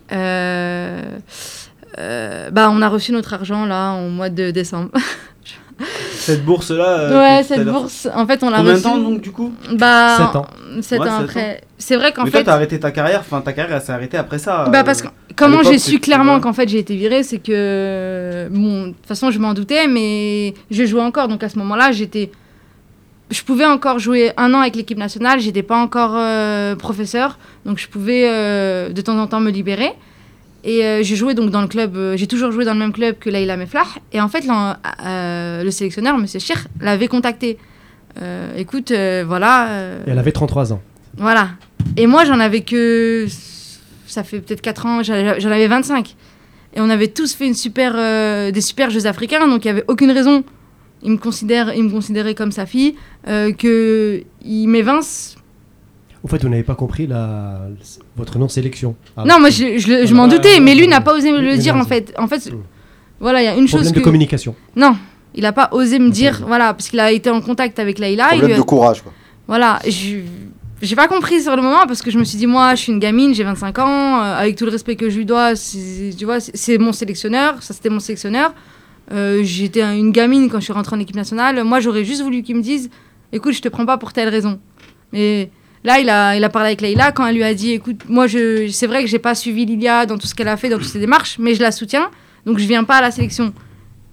on a reçu notre argent là en mois de décembre. Cette bourse-là ouais, cette bourse, en fait, on l'a reçue. Combien de temps donc du coup 7 ans. 7 ans après. C'est vrai qu'en fait. Mais toi, t'as arrêté ta carrière, ta carrière elle s'est arrêtée après ça. Parce que comment j'ai su clairement qu'en fait j'ai été virée, c'est que bon, de toute façon je m'en doutais, mais je jouais encore, donc à ce moment-là, je pouvais encore jouer 1 an avec l'équipe nationale, j'étais pas encore professeur, donc je pouvais de temps en temps me libérer. Et j'ai joué donc dans le club, j'ai toujours joué dans le même club que Leïla Meflah. Et en fait, le sélectionneur, M. Chir, l'avait contacté. Écoute, voilà. Et elle avait 33 ans. Voilà. Et moi, j'en avais que. Ça fait peut-être 4 ans, j'en avais 25. Et on avait tous fait des super Jeux africains, donc il n'y avait aucune raison. Il me considérait comme sa fille, qu'il m'évince. En fait, vous n'avez pas compris votre nom de sélection. Non, moi je m'en doutais, mais lui n'a pas osé me le dire en fait. En fait, voilà, il y a une chose Problème de communication. Non, il n'a pas osé me dire, voilà, parce qu'il a été en contact avec Leïla. Problème de courage, quoi. Voilà, j'ai pas compris sur le moment parce que je me suis dit, moi, je suis une gamine, j'ai 25 ans, avec tout le respect que je lui dois, tu vois, c'est mon sélectionneur, ça c'était mon sélectionneur. J'étais une gamine quand je suis rentrée en équipe nationale. Moi, j'aurais juste voulu qu'il me dise, écoute, je te prends pas pour telle raison. Mais là, il a parlé avec Leïla quand elle lui a dit, écoute, moi, c'est vrai que j'ai pas suivi Lilia dans tout ce qu'elle a fait, dans toutes ses démarches, mais je la soutiens, donc je viens pas à la sélection.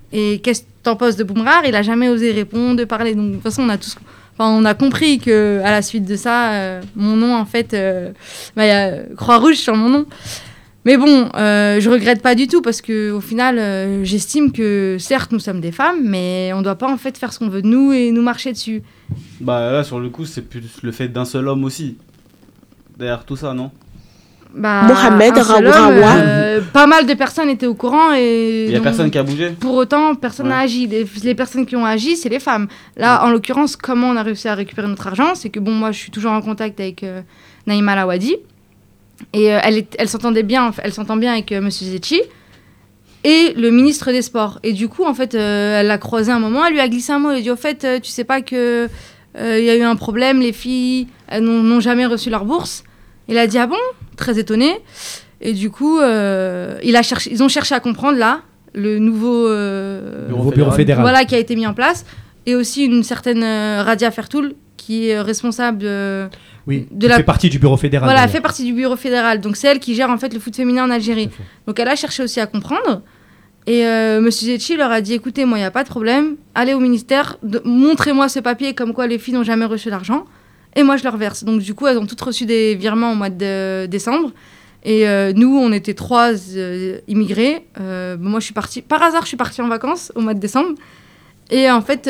Et qu'est-ce que t'en penses de Boumrard ? Il a jamais osé répondre, de parler. Donc de toute façon, on a compris que à la suite de ça, mon nom en fait, il y a croix rouge sur mon nom. Mais bon, je regrette pas du tout parce que au final, j'estime que certes nous sommes des femmes, mais on doit pas en fait faire ce qu'on veut de nous et nous marcher dessus. Bah là sur le coup c'est plus le fait d'un seul homme aussi derrière tout ça, non ? Mohamed Raouraoua. Pas mal de personnes étaient au courant et il y a personne qui a bougé. Pour autant, personne n'a agi. Les personnes qui ont agi, c'est les femmes. Là, en l'occurrence, comment on a réussi à récupérer notre argent, c'est que bon, moi, je suis toujours en contact avec Naïma Lawadi et elle s'entend bien avec Monsieur Zetchi et le ministre des Sports. Et du coup, en fait, elle l'a croisé un moment, elle lui a glissé un mot, elle a dit au fait, tu sais pas que il y a eu un problème, les filles, elles n'ont jamais reçu leur bourse. Il a dit ah bon, très étonné. Et du coup, ils ont cherché à comprendre là le nouveau bureau fédéral. Voilà, qui a été mis en place, et aussi une certaine Radia Fertoul qui est responsable fait partie du bureau fédéral. Voilà, elle fait partie du bureau fédéral. Donc c'est elle qui gère en fait le foot féminin en Algérie. Donc elle a cherché aussi à comprendre. Et Monsieur Zetchi leur a dit écoutez, moi il y a pas de problème, allez au ministère, montrez-moi ce papier comme quoi les filles n'ont jamais reçu d'argent. Et moi, je leur verse. Donc, du coup, elles ont toutes reçu des virements au mois de décembre. Et nous, on était 3 immigrés. Moi, je suis partie... Par hasard, je suis partie en vacances au mois de décembre. Et en fait,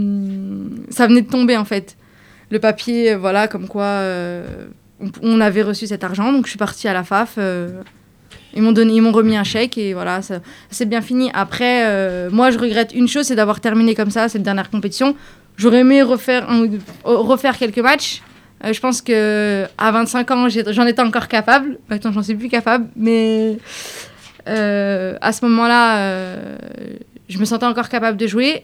ça venait de tomber, en fait. Le papier, voilà, comme quoi on avait reçu cet argent. Donc, je suis partie à la FAF. Ils m'ont remis un chèque. Et voilà, ça c'est bien fini. Après, moi, je regrette une chose, c'est d'avoir terminé comme ça cette dernière compétition. J'aurais aimé refaire quelques matchs. Je pense qu'à 25 ans, j'en étais encore capable. Maintenant, j'en suis plus capable. Mais à ce moment-là, je me sentais encore capable de jouer.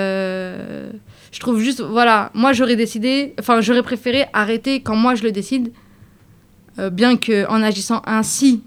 Je trouve juste... Voilà, moi, j'aurais préféré arrêter quand moi, je le décide. Bien qu'en agissant ainsi,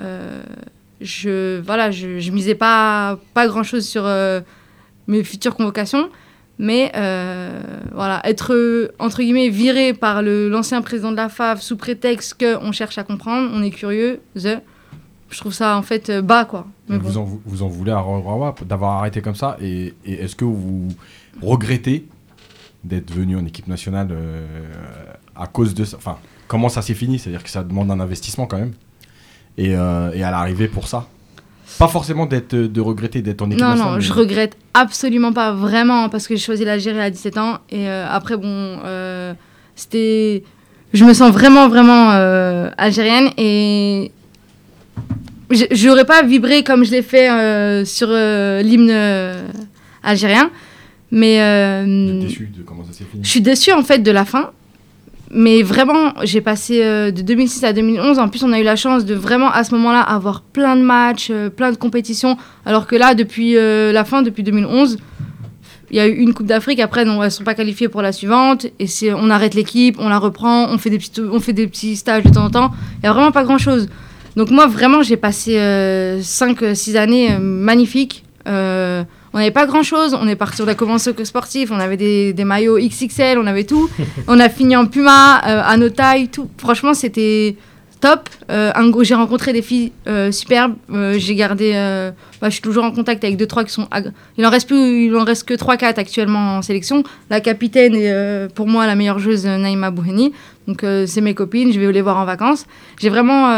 je misais pas grand-chose sur mes futures convocations. Mais voilà, être entre guillemets viré par l'ancien président de la FAF sous prétexte qu'on cherche à comprendre, on est curieux, je trouve ça en fait bas quoi. Mais vous en voulez à Raouraoua d'avoir arrêté comme ça et est-ce que vous regrettez d'être venu en équipe nationale à cause de ça ? Enfin, comment ça s'est fini ? C'est-à-dire que ça demande un investissement quand même et à l'arrivée pour ça ? Pas forcément de regretter d'être en équipe nationale. Non, je regrette absolument pas, vraiment, parce que j'ai choisi l'Algérie à 17 ans. Et après, bon, c'était... Je me sens vraiment, vraiment algérienne. Et j'aurais pas vibré comme je l'ai fait sur l'hymne algérien. Mais... déçue de comment ça s'est fini ? Je suis déçue, en fait, de la fin. Mais vraiment, j'ai passé de 2006 à 2011. En plus, on a eu la chance de vraiment, à ce moment-là, avoir plein de matchs, plein de compétitions. Alors que là, depuis la fin, depuis 2011, il y a eu une Coupe d'Afrique. Après, elles ne sont pas qualifiées pour la suivante. Et on arrête l'équipe, on la reprend, on fait des petits stages de temps en temps. Il n'y a vraiment pas grand-chose. Donc moi, vraiment, j'ai passé 5-6 années magnifiques. On n'avait pas grand-chose, on a commencé au sportif, on avait des maillots XXL, on avait tout. On a fini en Puma, à nos tailles, tout. Franchement, c'était top. J'ai rencontré des filles superbes. J'ai gardé... je suis toujours en contact avec 2-3 qui sont... Il en reste que 3-4 actuellement en sélection. La capitaine est pour moi la meilleure joueuse, Naïma Bouheni. Donc c'est mes copines, je vais les voir en vacances. J'ai vraiment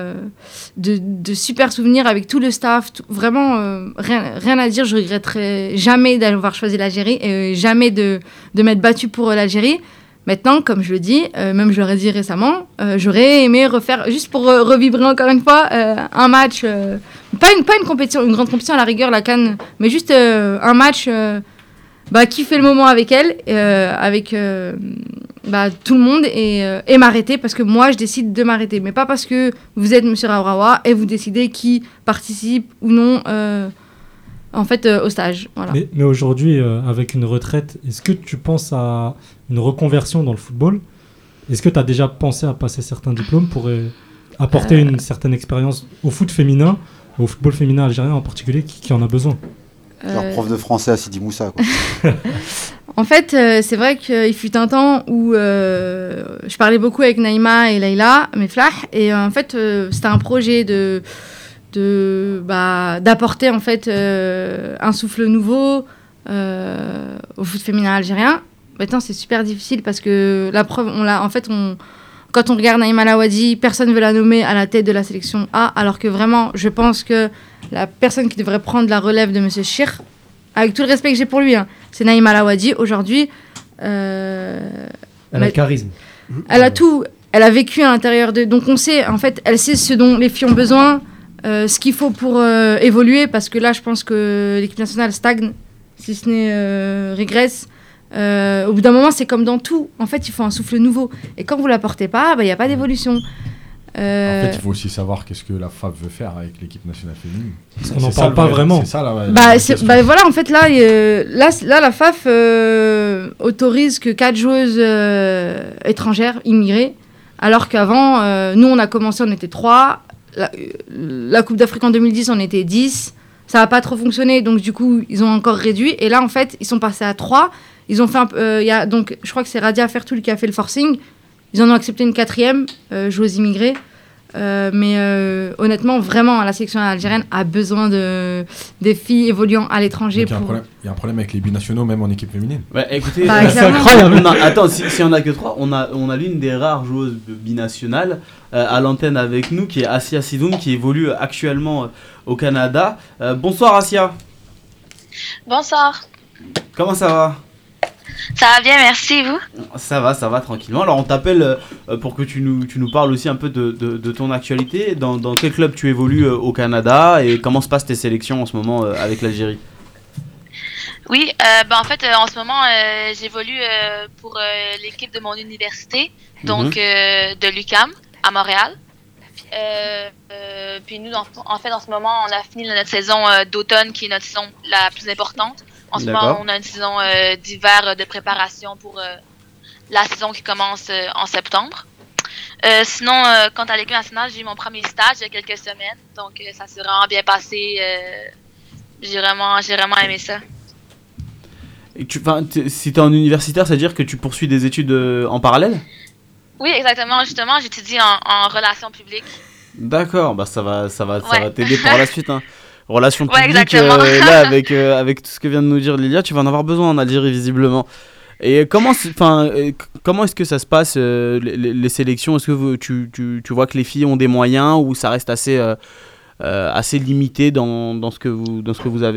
de super souvenirs avec tout le staff. Vraiment, rien à dire. Je regretterai jamais d'avoir choisi l'Algérie et jamais de m'être battue pour l'Algérie. Maintenant, comme je le dis, même je l'aurais dit récemment, j'aurais aimé refaire, juste pour revibrer encore une fois, un match, pas une compétition, une grande compétition à la rigueur, la CAN, mais juste un match kiffer le moment avec elle, avec tout le monde et m'arrêter parce que moi je décide de m'arrêter, mais pas parce que vous êtes Monsieur Raouraoua et vous décidez qui participe ou non au stage. Voilà. Mais aujourd'hui, avec une retraite, est-ce que tu penses à une reconversion dans le football ? Est-ce que tu as déjà pensé à passer certains diplômes pour apporter une certaine expérience au foot féminin, au football féminin algérien en particulier, qui en a besoin ? Leur prof de français à Sidi Moussa, quoi. En fait, c'est vrai qu'il fut un temps où je parlais beaucoup avec Naïma et Leïla, mes flahs, et en fait, c'était un projet d'apporter en fait un souffle nouveau au foot féminin algérien. Maintenant, c'est super difficile parce que la preuve, quand on regarde Naïma Lawadi, personne ne veut la nommer à la tête de la sélection A, alors que vraiment, je pense que la personne qui devrait prendre la relève de M. Chir, avec tout le respect que j'ai pour lui, c'est Naïma Lawadi. Aujourd'hui, elle a le charisme. Elle a tout. Elle a vécu à l'intérieur de... Donc on sait, en fait, elle sait ce dont les filles ont besoin, ce qu'il faut pour évoluer, parce que là, je pense que l'équipe nationale stagne, si ce n'est régresse. Au bout d'un moment, c'est comme dans tout. En fait, il faut un souffle nouveau. Et quand vous ne l'apportez pas, il n'y a pas d'évolution. En fait, il faut aussi savoir qu'est-ce que la FAF veut faire avec l'équipe nationale féminine. Parce qu'on n'en parle pas vraiment. C'est ça, la voilà, en fait, là, la FAF autorise que 4 joueuses étrangères, immigrées, alors qu'avant, nous, on a commencé, on était 3. La Coupe d'Afrique en 2010, on était 10. Ça n'a pas trop fonctionné, donc du coup, ils ont encore réduit. Et là, en fait, ils sont passés à 3. Ils ont fait donc, je crois que c'est Radia Fertoul qui a fait le forcing. Ils en ont accepté une 4e joueuse immigrée. Mais honnêtement, vraiment, la sélection algérienne a besoin des filles évoluant à l'étranger. Il y a un problème avec les binationaux, même en équipe féminine. Écoutez, c'est incroyable. Attends, si on a que 3, on a l'une des rares joueuses binationales à l'antenne avec nous, qui est Assia Sidoun, qui évolue actuellement au Canada. Bonsoir Assia. Bonsoir. Comment ça va ? Ça va bien, merci, vous ? Ça va tranquillement. Alors on t'appelle pour que tu nous parles aussi un peu de ton actualité. Dans quel club tu évolues au Canada et comment se passent tes sélections en ce moment avec l'Algérie ? Oui, en fait, en ce moment, j'évolue pour l'équipe de mon université, donc de l'UQAM à Montréal. Puis nous, en fait, en ce moment, on a fini notre saison d'automne, qui est notre saison la plus importante. En ce moment, on a une saison d'hiver de préparation pour la saison qui commence en septembre. Sinon, quant à l'équipe nationale, j'ai eu mon premier stage il y a quelques semaines, donc ça s'est vraiment bien passé. J'ai vraiment aimé ça. Et si tu es en universitaire, ça veut dire que tu poursuis des études en parallèle ? Oui, exactement. Justement, j'étudie en relations publiques. D'accord, ça va t'aider pour la suite. Relations publiques, là, avec tout ce que vient de nous dire Lilia, tu vas en avoir besoin en Algérie, visiblement. Et comment est-ce que ça se passe, les sélections ? Est-ce que tu vois que les filles ont des moyens ou ça reste assez limité dans ce que vous avez ?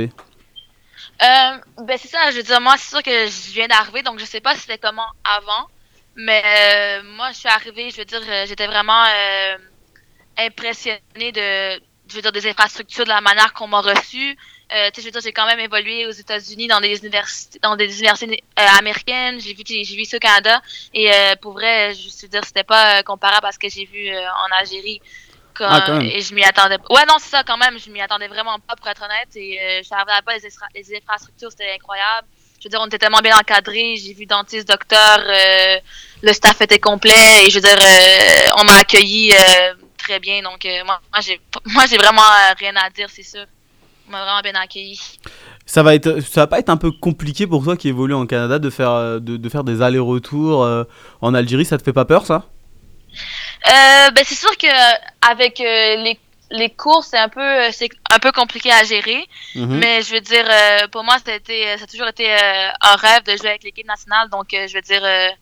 C'est ça, je veux dire, moi, c'est sûr que je viens d'arriver, donc je sais pas si c'était comment avant, mais moi, je suis arrivée, je veux dire, j'étais vraiment impressionnée des infrastructures, de la manière qu'on m'a reçue. Je veux dire, j'ai quand même évolué aux États-Unis dans des universités américaines. J'ai vu ça au Canada. Et pour vrai, je veux dire, c'était pas comparable à ce que j'ai vu en Algérie. Et je m'y attendais pas. Ouais, non, c'est ça, quand même. Je m'y attendais vraiment pas, pour être honnête. Et je suis arrivée là-bas, les infrastructures, c'était incroyable. Je veux dire, on était tellement bien encadrés. J'ai vu dentiste, docteur, le staff était complet. Et je veux dire, on m'a accueilli très bien. Donc, moi, j'ai vraiment rien à dire, c'est sûr. On m'a vraiment bien accueilli. Ça va pas être un peu compliqué pour toi qui évolue en Canada de faire des allers-retours en Algérie, ça te fait pas peur, ça ? C'est sûr que avec les cours, c'est un peu compliqué à gérer, mais je veux dire, pour moi, ça a toujours été un rêve de jouer avec l'équipe nationale, donc je veux dire,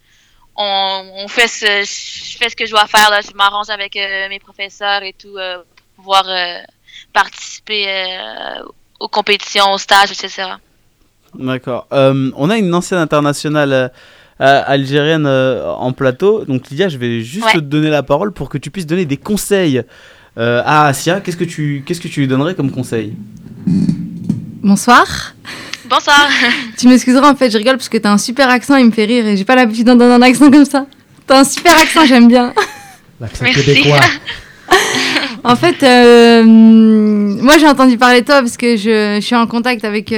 je fais ce que je dois faire, là. Je m'arrange avec mes professeurs et tout pour pouvoir participer aux compétitions, aux stages, etc. D'accord. On a une ancienne internationale algérienne en plateau. Donc Lydia, je vais juste te donner la parole pour que tu puisses donner des conseils à Assia. Qu'est-ce que tu lui donnerais comme conseil ? Bonsoir. Bonsoir. Tu m'excuseras, en fait, je rigole parce que t'as un super accent, il me fait rire et j'ai pas l'habitude d'entendre un accent comme ça. T'as un super accent, j'aime bien. L'accent québécois. En fait, moi j'ai entendu parler de toi parce que je suis en contact avec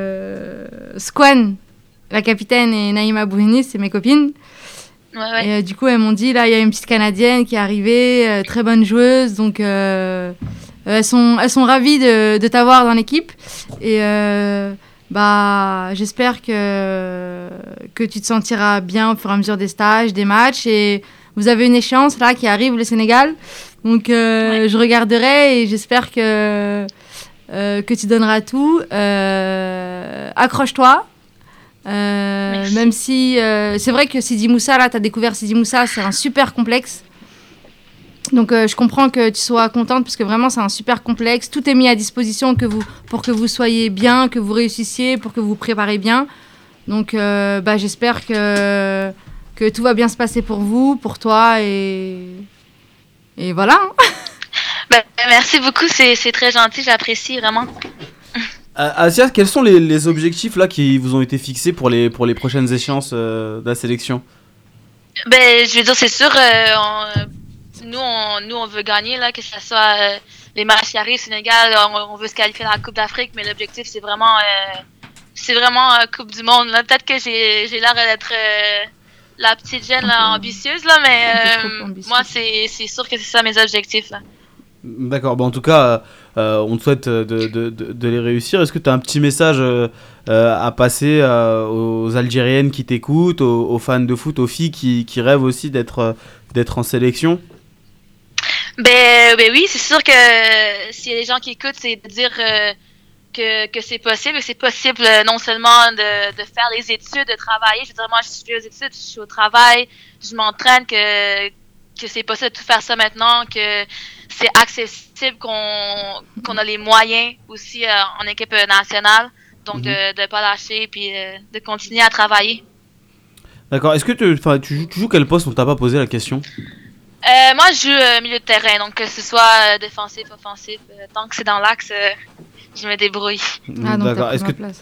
Squan, la capitaine, et Naïma Bouheni, c'est mes copines. Ouais. Et du coup, elles m'ont dit, là, il y a une petite Canadienne qui est arrivée, très bonne joueuse, donc elles sont ravies de t'avoir dans l'équipe. Et j'espère que tu te sentiras bien au fur et à mesure des stages, des matchs. Et vous avez une échéance là qui arrive, le Sénégal. Donc, je regarderai et j'espère que tu donneras tout. Accroche-toi. Même si c'est vrai que Sidi Moussa, là, tu as découvert Sidi Moussa, c'est un super complexe. Donc, je comprends que tu sois contente parce que vraiment, c'est un super complexe. Tout est mis à disposition pour que vous soyez bien, que vous réussissiez, pour que vous vous préparez bien. Donc, j'espère que tout va bien se passer pour vous, pour toi et voilà. Merci beaucoup, c'est très gentil, j'apprécie vraiment. Asia, quels sont les objectifs là qui vous ont été fixés pour les prochaines échéances de la sélection? Je veux dire, c'est sûr, nous on veut gagner, là, que ce soit les matchs qui arrivent, Sénégal, on veut se qualifier dans la Coupe d'Afrique, mais l'objectif c'est vraiment Coupe du Monde. Là. Peut-être que j'ai l'air d'être la petite jeune là, ambitieuse, là, mais moi c'est sûr que c'est ça mes objectifs. Là. D'accord, en tout cas, on te souhaite de les réussir. Est-ce que tu as un petit message à passer aux Algériennes qui t'écoutent, aux fans de foot, aux filles qui rêvent aussi d'être en sélection? Oui, c'est sûr que s'il y a des gens qui écoutent, c'est de dire que c'est possible. C'est possible non seulement de faire les études, de travailler. Je veux dire, moi, je suis aux études, je suis au travail, je m'entraîne, que c'est possible de tout faire ça maintenant, que c'est accessible, qu'on a les moyens aussi en équipe nationale. Donc, de ne pas lâcher puis de continuer à travailler. D'accord. Est-ce que tu joues quel poste? On t'a pas posé la question. Moi, je joue milieu de terrain, donc que ce soit défensif, offensif, tant que c'est dans l'axe, je me débrouille. Ah, donc d'accord. Est-ce que place,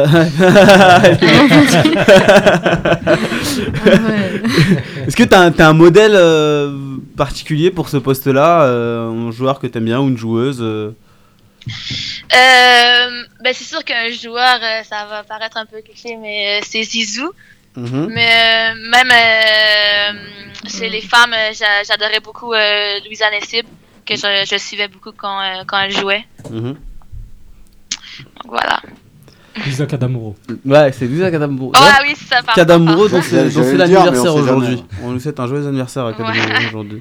Est-ce que t'as un modèle particulier pour ce poste-là, un joueur que t'aimes bien ou une joueuse? C'est sûr qu'un joueur, ça va paraître un peu cliché, mais c'est Zizou. Mais même chez les femmes, j'adorais beaucoup Louisa Nessib, que je suivais beaucoup quand elle jouait. Donc voilà. Lisa Kadamuro. Ouais, c'est Lisa Kadamuro. Oh, ah oui, c'est ça. Kadamuro, donc c'est l'anniversaire aujourd'hui. On lui souhaite un joyeux anniversaire à Kadamuro aujourd'hui.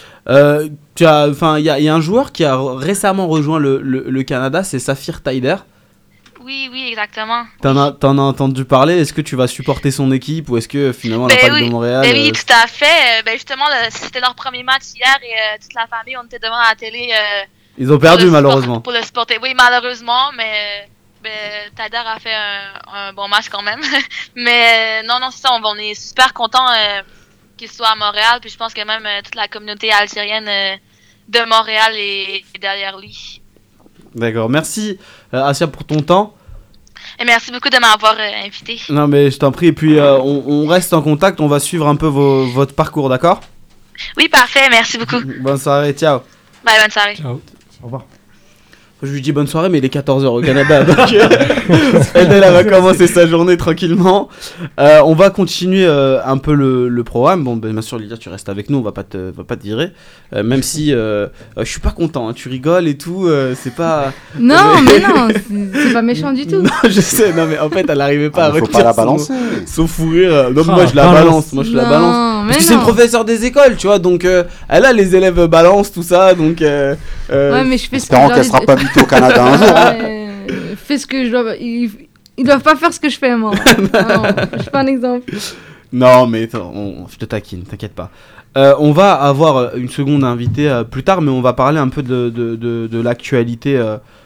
Il y a un joueur qui a récemment rejoint le Canada, c'est Saphir Taider. Oui, exactement. T'en as entendu parler? Est-ce que tu vas supporter son équipe ou est-ce que finalement la PAC de Montréal... Oui, tout à fait. Justement, c'était leur premier match hier et toute la famille, on était devant la télé. Ils ont perdu malheureusement. Pour le supporter. Oui, malheureusement, mais Taider a fait un bon match quand même. Mais non, c'est ça, on est super contents qu'il soit à Montréal. Puis je pense que même toute la communauté algérienne de Montréal est derrière lui. D'accord, merci Asia pour ton temps. Et merci beaucoup de m'avoir invité. Non mais je t'en prie, et puis on reste en contact, on va suivre un peu votre parcours, d'accord? Oui, parfait, merci beaucoup. Bonne soirée, ciao. Bye, bonne soirée. Ciao. Au revoir. Je lui dis bonne soirée, mais il est 14h au Canada, donc elle va commencer sa journée tranquillement. On va continuer un peu le programme. Bon, bien sûr, Lydia, tu restes avec nous, on va pas te virer. Même si je suis pas content, hein, tu rigoles et tout, c'est pas... Non, mais non, c'est pas méchant du tout. Non, je sais, non, mais en fait, elle arrivait pas à faut pas la balancer. Son fou rire. Donc, moi, je la balance. Parce que c'est une professeure des écoles, tu vois, donc elle a les élèves balance, tout ça, donc... ouais, mais je fais ce que Espérons qu'elle sera pas mytho au Canada un jour. Fais ce que je dois. Ils doivent pas faire ce que je fais, moi. Non, je suis pas un exemple. Non, mais je te taquine, t'inquiète pas. On va avoir une seconde invitée plus tard, mais on va parler un peu de l'actualité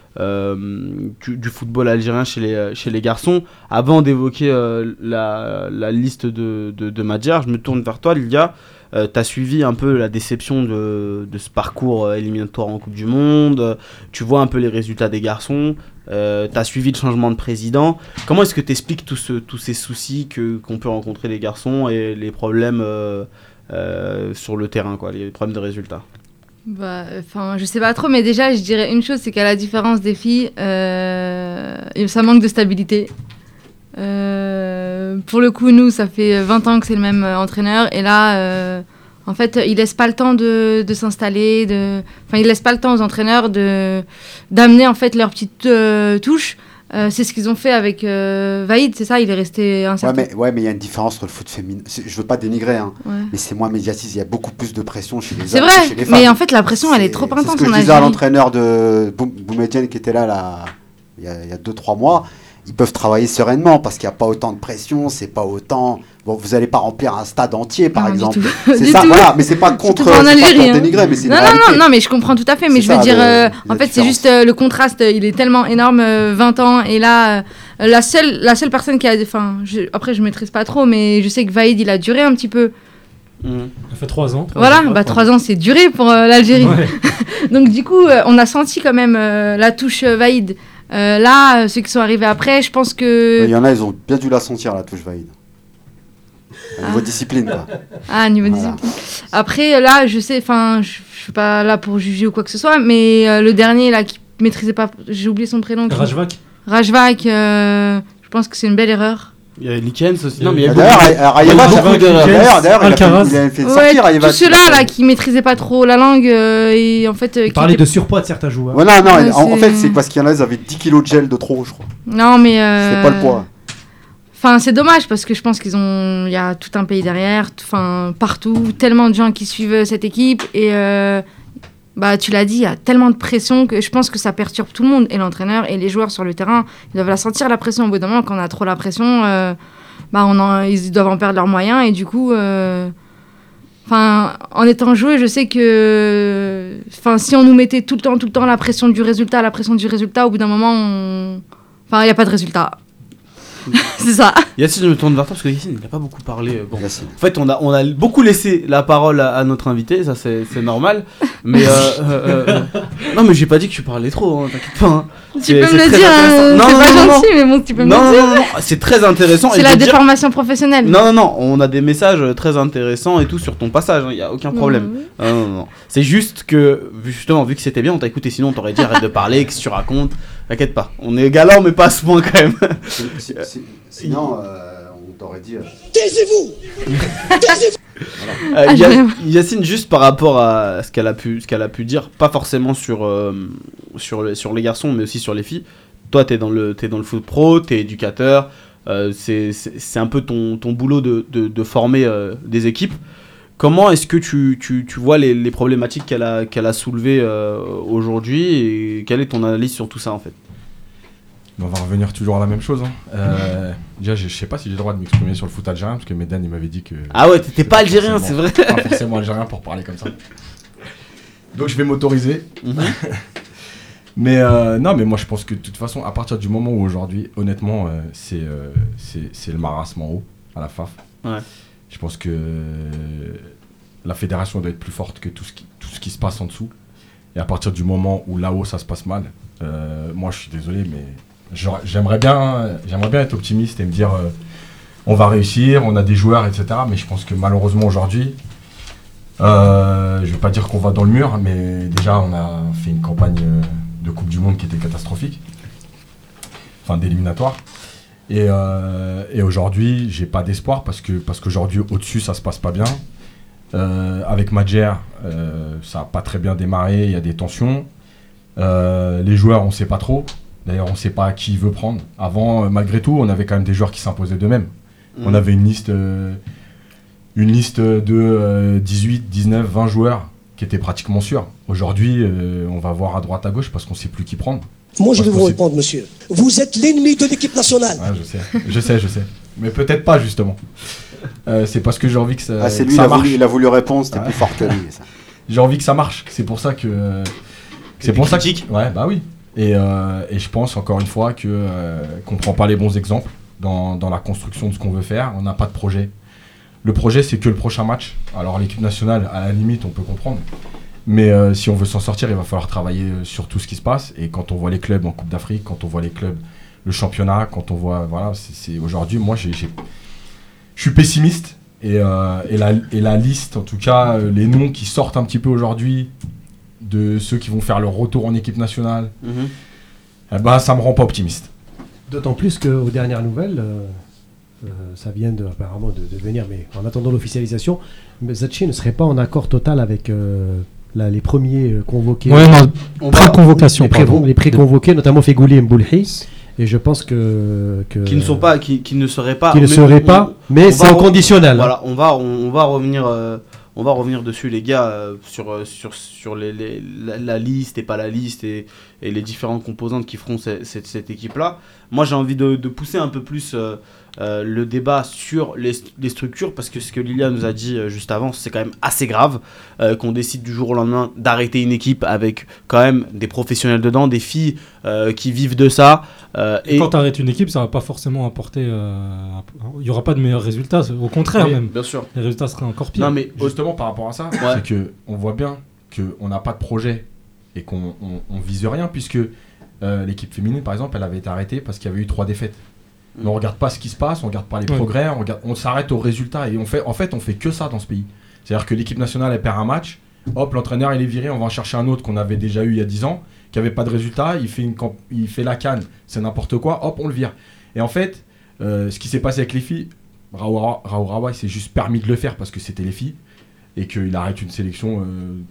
du football algérien chez les garçons. Avant d'évoquer la liste de Madjer, je me tourne vers toi, Lydia. T'as suivi un peu la déception de ce parcours éliminatoire en Coupe du Monde, tu vois un peu les résultats des garçons, t'as suivi le changement de président. Comment est-ce que t'expliques tous ces soucis qu'on peut rencontrer les garçons et les problèmes sur le terrain, quoi, les problèmes de résultats? Je sais pas trop, mais déjà je dirais une chose, c'est qu'à la différence des filles, ça manque de stabilité. Pour le coup, nous, ça fait 20 ans que c'est le même entraîneur. Et là, en fait, il laisse pas le temps de s'installer. Il laisse pas le temps aux entraîneurs d'amener en fait leur petite touche. C'est ce qu'ils ont fait avec Vaïd, c'est ça, il est resté un certain... Ouais, mais il y a une différence entre le foot féminin. Je veux pas dénigrer, hein, mais c'est moins médiatisé. Il y a beaucoup plus de pression chez les hommes que chez les femmes. C'est vrai, mais en fait, la pression, elle est trop intense. C'est ce que je disais à l'entraîneur de Boumedienne qui était là il y a 2-3 mois. Ils peuvent travailler sereinement parce qu'il n'y a pas autant de pression, c'est pas autant... Bon, vous n'allez pas remplir un stade entier, par exemple. C'est ça, voilà, mais c'est pas contre dénigrer, mais c'est non, mais je comprends tout à fait, mais je veux dire, en fait, c'est juste le contraste, il est tellement énorme, 20 ans, et là, la seule personne qui a... Enfin, après, je maîtrise pas trop, mais je sais que Vaïd, il a duré un petit peu. Ça fait 3 ans. 3 ans, c'est duré pour l'Algérie. Ouais. Donc, du coup, on a senti quand même la touche Vaïd. Là, ceux qui sont arrivés après, je pense que... Il y en a, ils ont bien dû la sentir, la touche Vaïd. Niveau discipline, quoi. Niveau discipline. Après, là, je sais, enfin, je suis pas là pour juger ou quoi que ce soit, mais le dernier, là, qui maîtrisait pas... J'ai oublié son prénom. Rajvac, je pense que c'est une belle erreur. Il y a Likens aussi. Non, mais il y a beaucoup d'erreurs. D'ailleurs, il a fait sortir tous ceux-là là, qui maîtrisaient pas trop la langue et en fait... Parler de surpoids de certains joueurs. Ouais, non, en fait, c'est parce qu'il y en a, ils avaient 10 kilos de gel de trop, je crois. Non, mais... C'est pas le poids. Enfin, c'est dommage parce que je pense il y a tout un pays derrière, partout, tellement de gens qui suivent cette équipe et tu l'as dit, il y a tellement de pression que je pense que ça perturbe tout le monde, et l'entraîneur et les joueurs sur le terrain, ils doivent la sentir, la pression. Au bout d'un moment, quand on a trop la pression, ils doivent en perdre leurs moyens, et du coup, en étant joué, je sais que si on nous mettait tout le temps la pression du résultat, au bout d'un moment, il n'y a pas de résultat. C'est ça. Yacine, je me tourne vers toi parce que Yacine, il n'a pas beaucoup parlé. Bon. En fait, on a beaucoup laissé la parole à notre invité, ça c'est normal. Mais non, mais j'ai pas dit que tu parlais trop, hein, t'inquiète pas. Hein. Tu peux me le dire, c'est pas gentil, mais bon, tu peux me le dire. Non, c'est très intéressant. C'est la déformation professionnelle. Non, on a des messages très intéressants et tout sur ton passage, il n'y a aucun problème. Non. C'est juste que, justement, vu que c'était bien, on t'a écouté, sinon on t'aurait dit arrête de parler, qu'est-ce que tu racontes. T'inquiète pas, on est galant, mais pas à ce point quand même. Sinon, on t'aurait dit... Taisez-vous. Yacine, juste par rapport à ce qu'elle a pu dire, pas forcément sur les garçons, mais aussi sur les filles. Toi, t'es dans le foot pro, t'es éducateur, c'est un peu ton boulot de former des équipes. Comment est-ce que tu vois les problématiques qu'elle a soulevées aujourd'hui, et quelle est ton analyse sur tout ça en fait? On va revenir toujours à la même chose. Déjà, je sais pas si j'ai le droit de m'exprimer sur le foot algérien, parce que Medan il m'avait dit que... Ah ouais, t'étais pas algérien, c'est vrai. Pas forcément algérien pour parler comme ça. Donc je vais m'autoriser. Mais non, mais moi je pense que de toute façon, à partir du moment où aujourd'hui, honnêtement, c'est le marasme en haut, à la FAF. Ouais. Je pense que la fédération doit être plus forte que tout ce qui se passe en dessous. Et à partir du moment où là-haut ça se passe mal, moi je suis désolé, mais j'aimerais bien être optimiste et me dire on va réussir, on a des joueurs, etc. Mais je pense que malheureusement aujourd'hui, je vais pas dire qu'on va dans le mur, mais déjà on a fait une campagne de Coupe du Monde qui était catastrophique, enfin d'éliminatoire. Et aujourd'hui, j'ai pas d'espoir parce qu'aujourd'hui, au-dessus, ça se passe pas bien. Avec Madjer, ça a pas très bien démarré, il y a des tensions. Les joueurs, on sait pas trop. D'ailleurs, on sait pas qui veut prendre. Avant, malgré tout, on avait quand même des joueurs qui s'imposaient d'eux-mêmes. On avait une liste de 18, 19, 20 joueurs qui étaient pratiquement sûrs. Aujourd'hui, on va voir à droite, à gauche parce qu'on sait plus qui prendre. Moi, je vais vous répondre, monsieur. Vous êtes l'ennemi de l'équipe nationale. Ouais, je sais. Mais peut-être pas, justement. C'est parce que j'ai envie que ça, c'est lui, ça marche. Il a voulu répondre, c'était plus fort que lui. Ça. J'ai envie que ça marche. C'est pour ça que... C'est pour ça que... Ouais, bah oui. Et je pense, encore une fois, qu'on prend pas les bons exemples dans la construction de ce qu'on veut faire. On n'a pas de projet. Le projet, c'est que le prochain match. Alors, l'équipe nationale, à la limite, on peut comprendre. Mais si on veut s'en sortir, il va falloir travailler sur tout ce qui se passe. Et quand on voit les clubs en Coupe d'Afrique, quand on voit les clubs, le championnat, quand on voit... Voilà, c'est aujourd'hui, moi, je suis pessimiste. Et la liste, en tout cas, les noms qui sortent un petit peu aujourd'hui de ceux qui vont faire leur retour en équipe nationale, ça me rend pas optimiste. D'autant plus qu'aux dernières nouvelles... ça vient apparemment de venir, mais en attendant l'officialisation, Zatchi ne serait pas en accord total avec les premiers convoqués. Ouais, non, pré-convocation. Les pré-convoqués, notamment Fegouli et Mboulhi. Et je pense que qui ne seraient pas, mais c'est au conditionnel. Voilà, on va revenir dessus, les gars, sur la liste et pas la liste et les différentes composantes qui feront cette équipe-là. Moi, j'ai envie de pousser un peu plus le débat sur les structures, parce que ce que Lilia nous a dit juste avant, c'est quand même assez grave qu'on décide du jour au lendemain d'arrêter une équipe avec quand même des professionnels dedans, des filles qui vivent de ça. Et quand tu arrêtes une équipe, ça va pas forcément apporter... Il n'y aura pas de meilleurs résultats, au contraire même. Bien sûr. Les résultats seraient encore pires. Non, mais justement, par rapport à ça, c'est qu'on voit bien qu'on n'a pas de projet et qu'on vise rien, puisque l'équipe féminine, par exemple, elle avait été arrêtée parce qu'il y avait eu 3 défaites. Mais on regarde pas ce qui se passe, on regarde pas les progrès, on s'arrête aux résultats et on fait que ça dans ce pays. C'est-à-dire que l'équipe nationale elle perd un match, hop, l'entraîneur il est viré, on va en chercher un autre qu'on avait déjà eu il y a 10 ans, qui avait pas de résultat, il fait la canne, c'est n'importe quoi, hop, on le vire. Et en fait, ce qui s'est passé avec les filles, Raourawa il s'est juste permis de le faire parce que c'était les filles et qu'il arrête une sélection.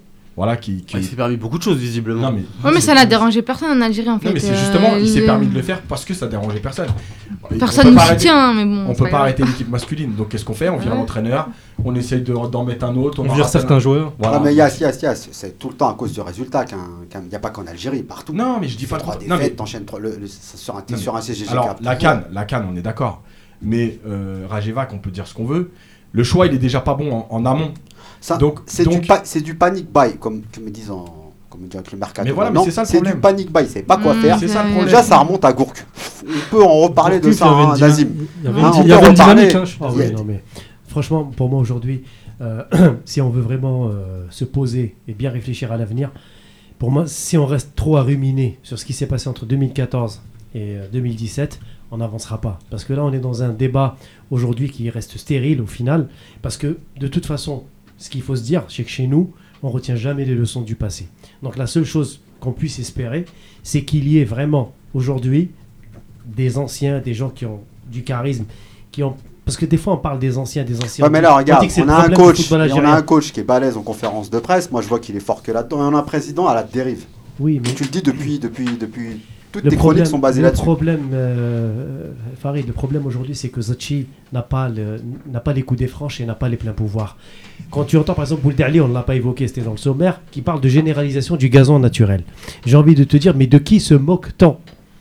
Il s'est permis beaucoup de choses visiblement. Mais ça n'a dérangé personne en Algérie en fait. Non, mais c'est justement, il s'est permis de le faire parce que ça dérangeait personne. Personne ne soutient, mais bon. On peut pas arrêter l'équipe masculine. Donc qu'est-ce qu'on fait ? On vire l'entraîneur, on essaye d'en mettre un autre. On vire certains joueurs. Voilà. Non, mais c'est tout le temps à cause du résultat. Il n'y a pas qu'en Algérie, partout. Non, mais je dis pas 3 défaites, t'enchaînes sur un CGG. Alors la canne, on est d'accord. Mais Rajevac, on peut dire ce qu'on veut. Le choix, il est déjà pas bon en amont. C'est du panic buy, comme me disent avec le mercato. Mais voilà, mais c'est ça le problème. C'est du panic buy, c'est pas quoi faire. C'est ça le problème. Déjà, ça remonte à Gourcuff. On peut en reparler de ça, Nazim. Il y avait une dynamique. Mais franchement, pour moi aujourd'hui, si on veut vraiment se poser et bien réfléchir à l'avenir, pour moi, si on reste trop à ruminer sur ce qui s'est passé entre 2014 et 2017, on n'avancera pas. Parce que là, on est dans un débat aujourd'hui qui reste stérile au final. Parce que de toute façon, ce qu'il faut se dire, c'est que chez nous, on ne retient jamais les leçons du passé. Donc la seule chose qu'on puisse espérer, c'est qu'il y ait vraiment aujourd'hui des anciens, des gens qui ont du charisme, parce que des fois on parle des anciens. Ouais, mais là regarde, on a un coach qui est balèze en conférence de presse. Moi je vois qu'il est fort que là-dedans. Et on a un président à la dérive. Oui, mais tu le dis depuis toutes tes chroniques sont basées là-dessus. Farid, le problème aujourd'hui, c'est que Zachi n'a pas les coups des franches et n'a pas les pleins pouvoirs. Quand tu entends par exemple Boulderli, on ne l'a pas évoqué, c'était dans le sommaire, qui parle de généralisation du gazon naturel. J'ai envie de te dire, mais de qui se moque-t-on ?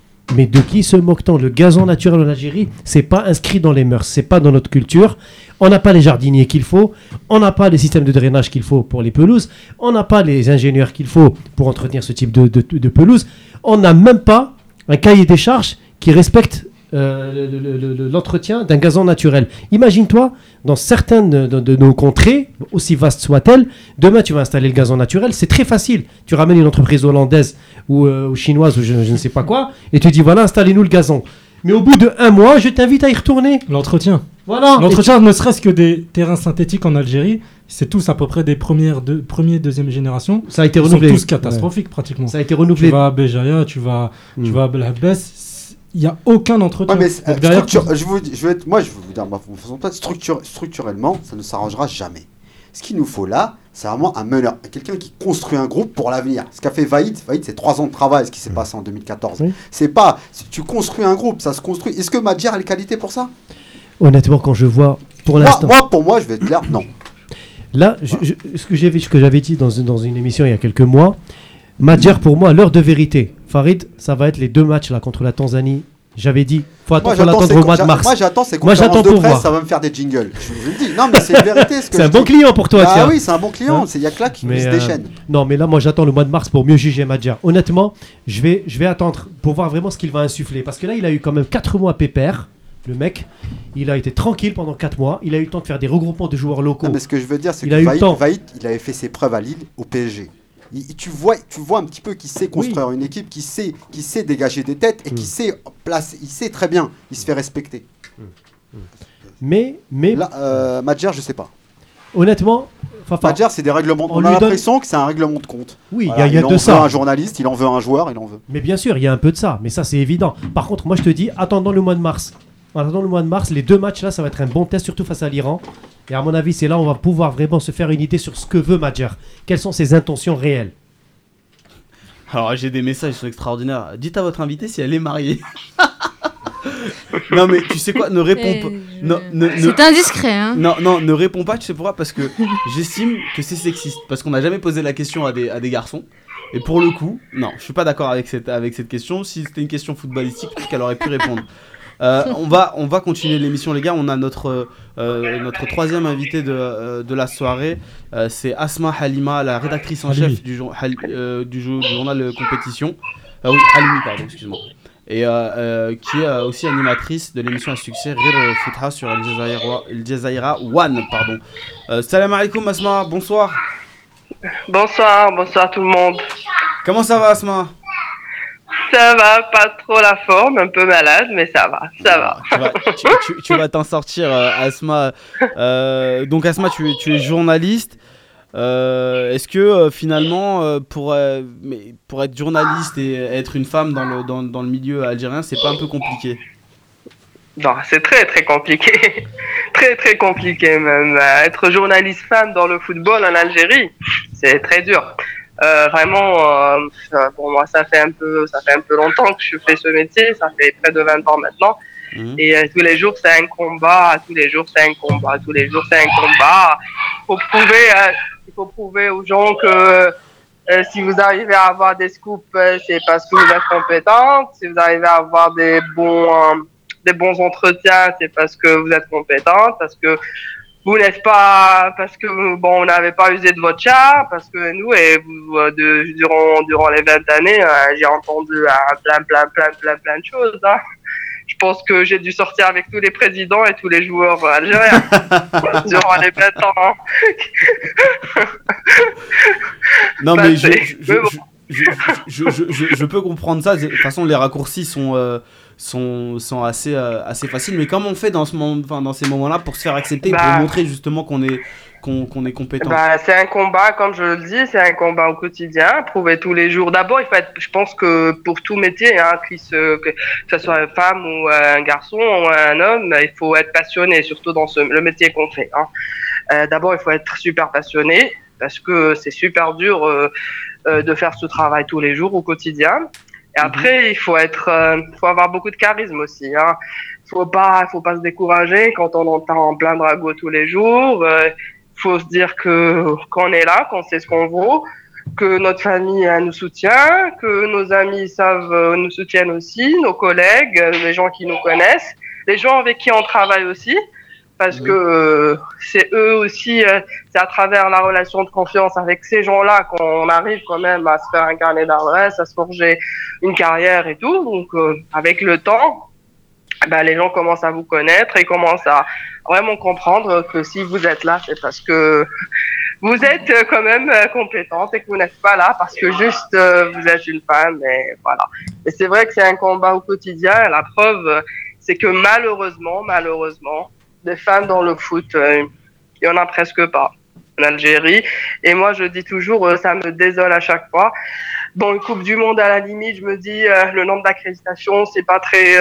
Le gazon naturel en Algérie, c'est pas inscrit dans les mœurs, c'est pas dans notre culture. On n'a pas les jardiniers qu'il faut, on n'a pas les systèmes de drainage qu'il faut pour les pelouses, on n'a pas les ingénieurs qu'il faut pour entretenir ce type de pelouse. On n'a même pas un cahier des charges qui respecte l'entretien d'un gazon naturel. Imagine-toi, dans certaines de nos contrées, aussi vastes soient-elles, demain tu vas installer le gazon naturel, c'est très facile. Tu ramènes une entreprise hollandaise ou chinoise ou je ne sais pas quoi, et tu dis voilà, installez-nous le gazon. Mais au bout de 1 mois, je t'invite à y retourner. L'entretien. Voilà. L'entretien, ne serait-ce que des terrains synthétiques en Algérie, c'est tous à peu près des première, deuxième génération. Ça a été renouvelé. Ils sont tous catastrophiques pratiquement. Ça a été renouvelé. Tu vas à Béjaïa, tu vas à Belhabès, il n'y a aucun entretien. Ouais, mais derrière, je vais vous dire, structurellement, ça ne s'arrangera jamais. Ce qu'il nous faut là, c'est vraiment un meneur, quelqu'un qui construit un groupe pour l'avenir. Ce qu'a fait Vaïd, c'est 3 ans de travail, ce qui s'est passé en 2014. Oui. C'est pas, tu construis un groupe, ça se construit. Est-ce que Madjer a les qualités pour ça ? Honnêtement, quand je vois, pour l'instant... Pour moi, je vais te dire non. Là, ce que j'avais dit dans une émission il y a quelques mois, Madjer, pour moi, l'heure de vérité. Farid, ça va être les 2 matchs là contre la Tanzanie. J'avais dit, faut attendre au mois de mars. Moi, j'attends ces conférences de presse, ça va me faire des jingles. Je le dis. Non, mais c'est la vérité. C'est un bon client pour toi, tiens. Ah oui, c'est un bon client. Il y a que là qui se déchaîne. Non, mais là, moi, j'attends le mois de mars pour mieux juger Madjer. Honnêtement, je vais attendre pour voir vraiment ce qu'il va insuffler. Parce que là, il a eu quand même 4 mois pépère. Le mec, il a été tranquille pendant 4 mois. Il a eu le temps de faire des regroupements de joueurs locaux. Non, mais ce que je veux dire, c'est que Vaïd, il avait fait ses preuves à Lille, au PSG. Tu vois un petit peu qu'il sait construire une équipe, qui sait dégager des têtes et qui sait placer. Il sait très bien, il se fait respecter. Mais là, Madjer, je sais pas. Honnêtement, Madjer, c'est des règlements. On a l'impression que c'est un règlement de compte. Oui, il y a de ça. Il en veut un journaliste, il en veut un joueur, il en veut. Mais bien sûr, il y a un peu de ça. Mais ça, c'est évident. Par contre, moi, je te dis, attendons le mois de mars. Les 2 matchs là, ça va être un bon test, surtout face à l'Iran. Et à mon avis, c'est là où on va pouvoir vraiment se faire une idée sur ce que veut Madjer. Quelles sont ses intentions réelles. Alors, j'ai des messages qui sont extraordinaires. Dites à votre invitée si elle est mariée. Non mais tu sais quoi, ne réponds pas. C'est indiscret, hein. Non, ne réponds pas, tu sais pourquoi ? Parce que j'estime que c'est sexiste. Parce qu'on n'a jamais posé la question à des garçons. Et pour le coup, non, je suis pas d'accord avec cette question. Si c'était une question footballistique, peut-être qu'elle aurait pu répondre. On va continuer l'émission, les gars. On a notre troisième invité de la soirée. C'est Asma Halima, la rédactrice en chef du journal Compétition. Oui, Halimi, pardon, excuse-moi. Et qui est aussi animatrice de l'émission à succès Rire Footha sur Al Jazeera One. Salam alaikum Asma, bonsoir. Bonsoir tout le monde. Comment ça va Asma ? Ça va, pas trop la forme, un peu malade, mais ça va. Tu vas t'en sortir Asma. Donc Asma, tu es journaliste. Est-ce que finalement, pour être journaliste et être une femme dans le milieu algérien, c'est pas un peu compliqué ? Non, c'est très très compliqué. Très compliqué même. Être journaliste femme dans le football en Algérie, c'est très dur. Vraiment, pour moi, ça fait un peu longtemps que je fais ce métier. Ça fait près de 20 ans maintenant. Et tous les jours, c'est un combat. Il faut prouver aux gens que si vous arrivez à avoir des scoops, c'est parce que vous êtes compétente. Si vous arrivez à avoir des bons entretiens, c'est parce que vous êtes compétente, parce que vous n'êtes pas, parce que vous n'avez pas usé de votre char, parce que nous durant les 20 années, j'ai entendu plein de choses. Hein. Je pense que j'ai dû sortir avec tous les présidents et tous les joueurs algériens durant les 20 ans. Hein. Non mais je peux comprendre ça. De toute façon, les raccourcis sont assez faciles. Mais comment on fait dans ces moments-là pour se faire accepter, pour montrer justement qu'on est compétent ? C'est un combat, comme je le dis, c'est un combat au quotidien, prouver tous les jours. D'abord, il faut être, je pense que pour tout métier, hein, que ce soit une femme ou un garçon ou un homme, il faut être passionné, surtout dans le métier qu'on fait. Hein. D'abord, il faut être super passionné parce que c'est super dur de faire ce travail tous les jours au quotidien. Et après, il faut avoir beaucoup de charisme aussi. Hein. Faut pas se décourager quand on entend plein drago tous les jours. Faut se dire qu'on est là, qu'on sait ce qu'on vaut, que notre famille nous soutient, que nos amis nous soutiennent aussi, nos collègues, les gens qui nous connaissent, les gens avec qui on travaille aussi. Parce que c'est eux aussi, c'est à travers la relation de confiance avec ces gens-là qu'on arrive quand même à se faire un carnet d'adresses, à se forger une carrière et tout. Donc avec le temps, les gens commencent à vous connaître et commencent à vraiment comprendre que si vous êtes là, c'est parce que vous êtes quand même compétente et que vous n'êtes pas là parce que juste vous êtes une femme et voilà. Et c'est vrai que c'est un combat au quotidien. Et la preuve, c'est que malheureusement, des femmes dans le foot, il y en a presque pas en Algérie. Et moi, je dis toujours, ça me désole à chaque fois. Dans une Coupe du Monde, à la limite, je me dis, le nombre d'accréditations, il y en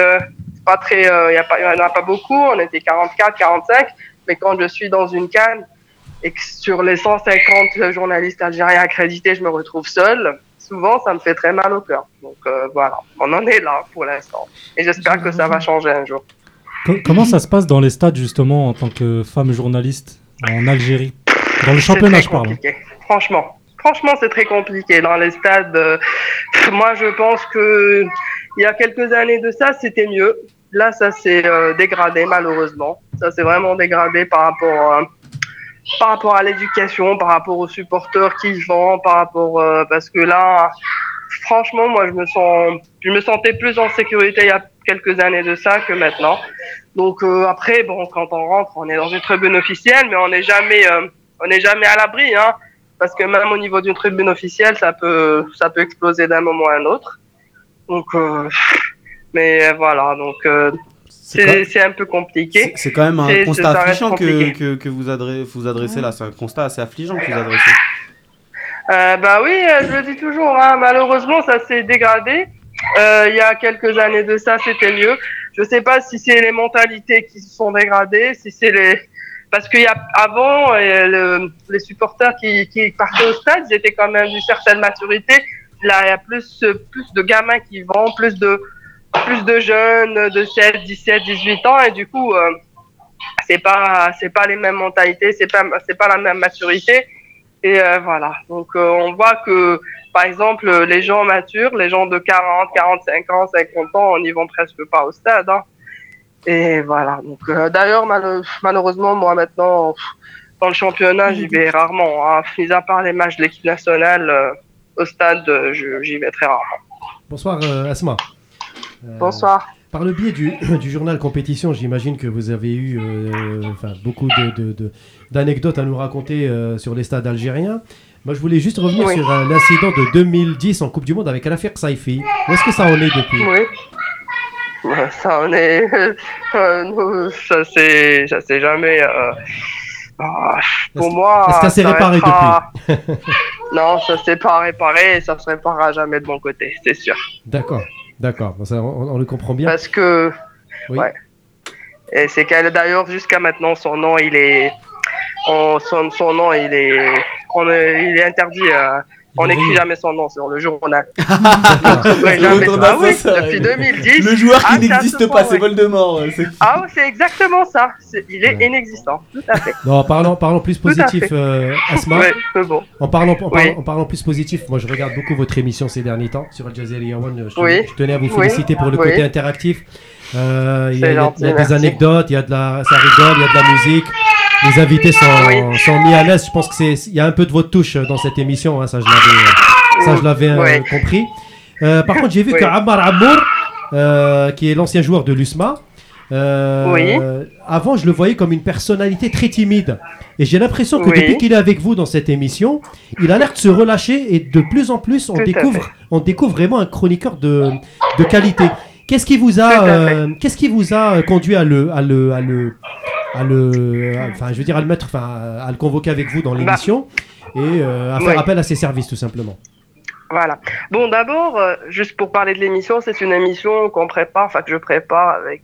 a pas beaucoup. On était 44, 45. Mais quand je suis dans une CAN et que sur les 150 journalistes algériens accrédités, je me retrouve seule, souvent, ça me fait très mal au cœur. Donc voilà, on en est là pour l'instant. Et j'espère que ça va changer un jour. Comment ça se passe dans les stades, justement, en tant que femme journaliste en Algérie ? Dans le championnat, je parle. Franchement, c'est très compliqué. Dans les stades, moi, je pense qu'il y a quelques années de ça, c'était mieux. Là, ça s'est dégradé, malheureusement. Ça s'est vraiment dégradé par rapport à l'éducation, par rapport aux supporters qui vendent, parce que là, franchement, moi, je me sentais plus en sécurité il y a quelques années de ça que maintenant. Donc après, quand on rentre, on est dans une tribune officielle, mais on n'est jamais à l'abri, hein, parce que même au niveau d'une tribune officielle, ça peut exploser d'un moment à un autre. Donc, mais voilà, donc c'est un peu compliqué. C'est quand même un constat affligeant que vous adressez là. C'est un constat assez affligeant que vous adressez. Oui, je le dis toujours, hein, malheureusement, ça s'est dégradé. Il y a quelques années de ça, c'était mieux. Je sais pas si c'est les mentalités qui se sont dégradées, si c'est parce qu'il y a avant les supporters qui partaient au stade, ils étaient quand même d'une certaine maturité. Là, il y a plus de gamins qui vont, plus de plus de jeunes de 16, 17, 18 ans et du coup c'est pas les mêmes mentalités, c'est pas la même maturité et voilà. Donc on voit que par exemple les gens matures, les gens de 40, 45 ans, 50 ans, on n'y vont presque pas au stade hein. Et voilà. Donc d'ailleurs malheureusement moi maintenant dans le championnat j'y vais rarement hein. Mis à part les matchs de l'équipe nationale au stade j'y vais très rarement. Bonsoir Asma. Bonsoir. Par le biais du journal Compétition, j'imagine que vous avez eu beaucoup d'anecdotes à nous raconter sur les stades algériens. Moi, je voulais juste revenir sur l'incident de 2010 en Coupe du Monde avec Rafik Saifi. Où est-ce que ça en est depuis ? Oui. Ça en est... ça c'est jamais... pour moi... Est-ce que ça s'est réparé depuis ? Non, ça s'est pas réparé et ça se réparera jamais de mon côté, c'est sûr. D'accord. Ça, on le comprend bien. Parce que... Oui. Ouais. Et c'est qu'elle, d'ailleurs, jusqu'à maintenant, son nom, il est... Son nom, il est interdit... On n'écrit jamais son nom sur le journal. Depuis 2010. Le joueur qui n'existe pas, c'est Voldemort. C'est exactement ça. Il est inexistant, tout à fait. Non, parlons plus positif, Asma. Ouais, bon. En parlant plus positif, moi je regarde beaucoup votre émission ces derniers temps sur Al Jazeera One. Je tenais à vous féliciter pour le côté interactif. Il y a des anecdotes, ça rigole, il y a de la musique. Les invités sont mis à l'aise. Je pense qu'il y a un peu de votre touche dans cette émission. Hein, ça, je l'avais compris. Par contre, j'ai vu que Ammar Amour, qui est l'ancien joueur de l'USMA, avant, je le voyais comme une personnalité très timide. Et j'ai l'impression que depuis qu'il est avec vous dans cette émission, il a l'air de se relâcher et de plus en plus, on découvre vraiment un chroniqueur de qualité. Qu'est-ce qui vous a conduit à le convoquer avec vous dans l'émission et à faire appel à ses services tout simplement? Voilà. Bon, d'abord, juste pour parler de l'émission, c'est une émission que je prépare avec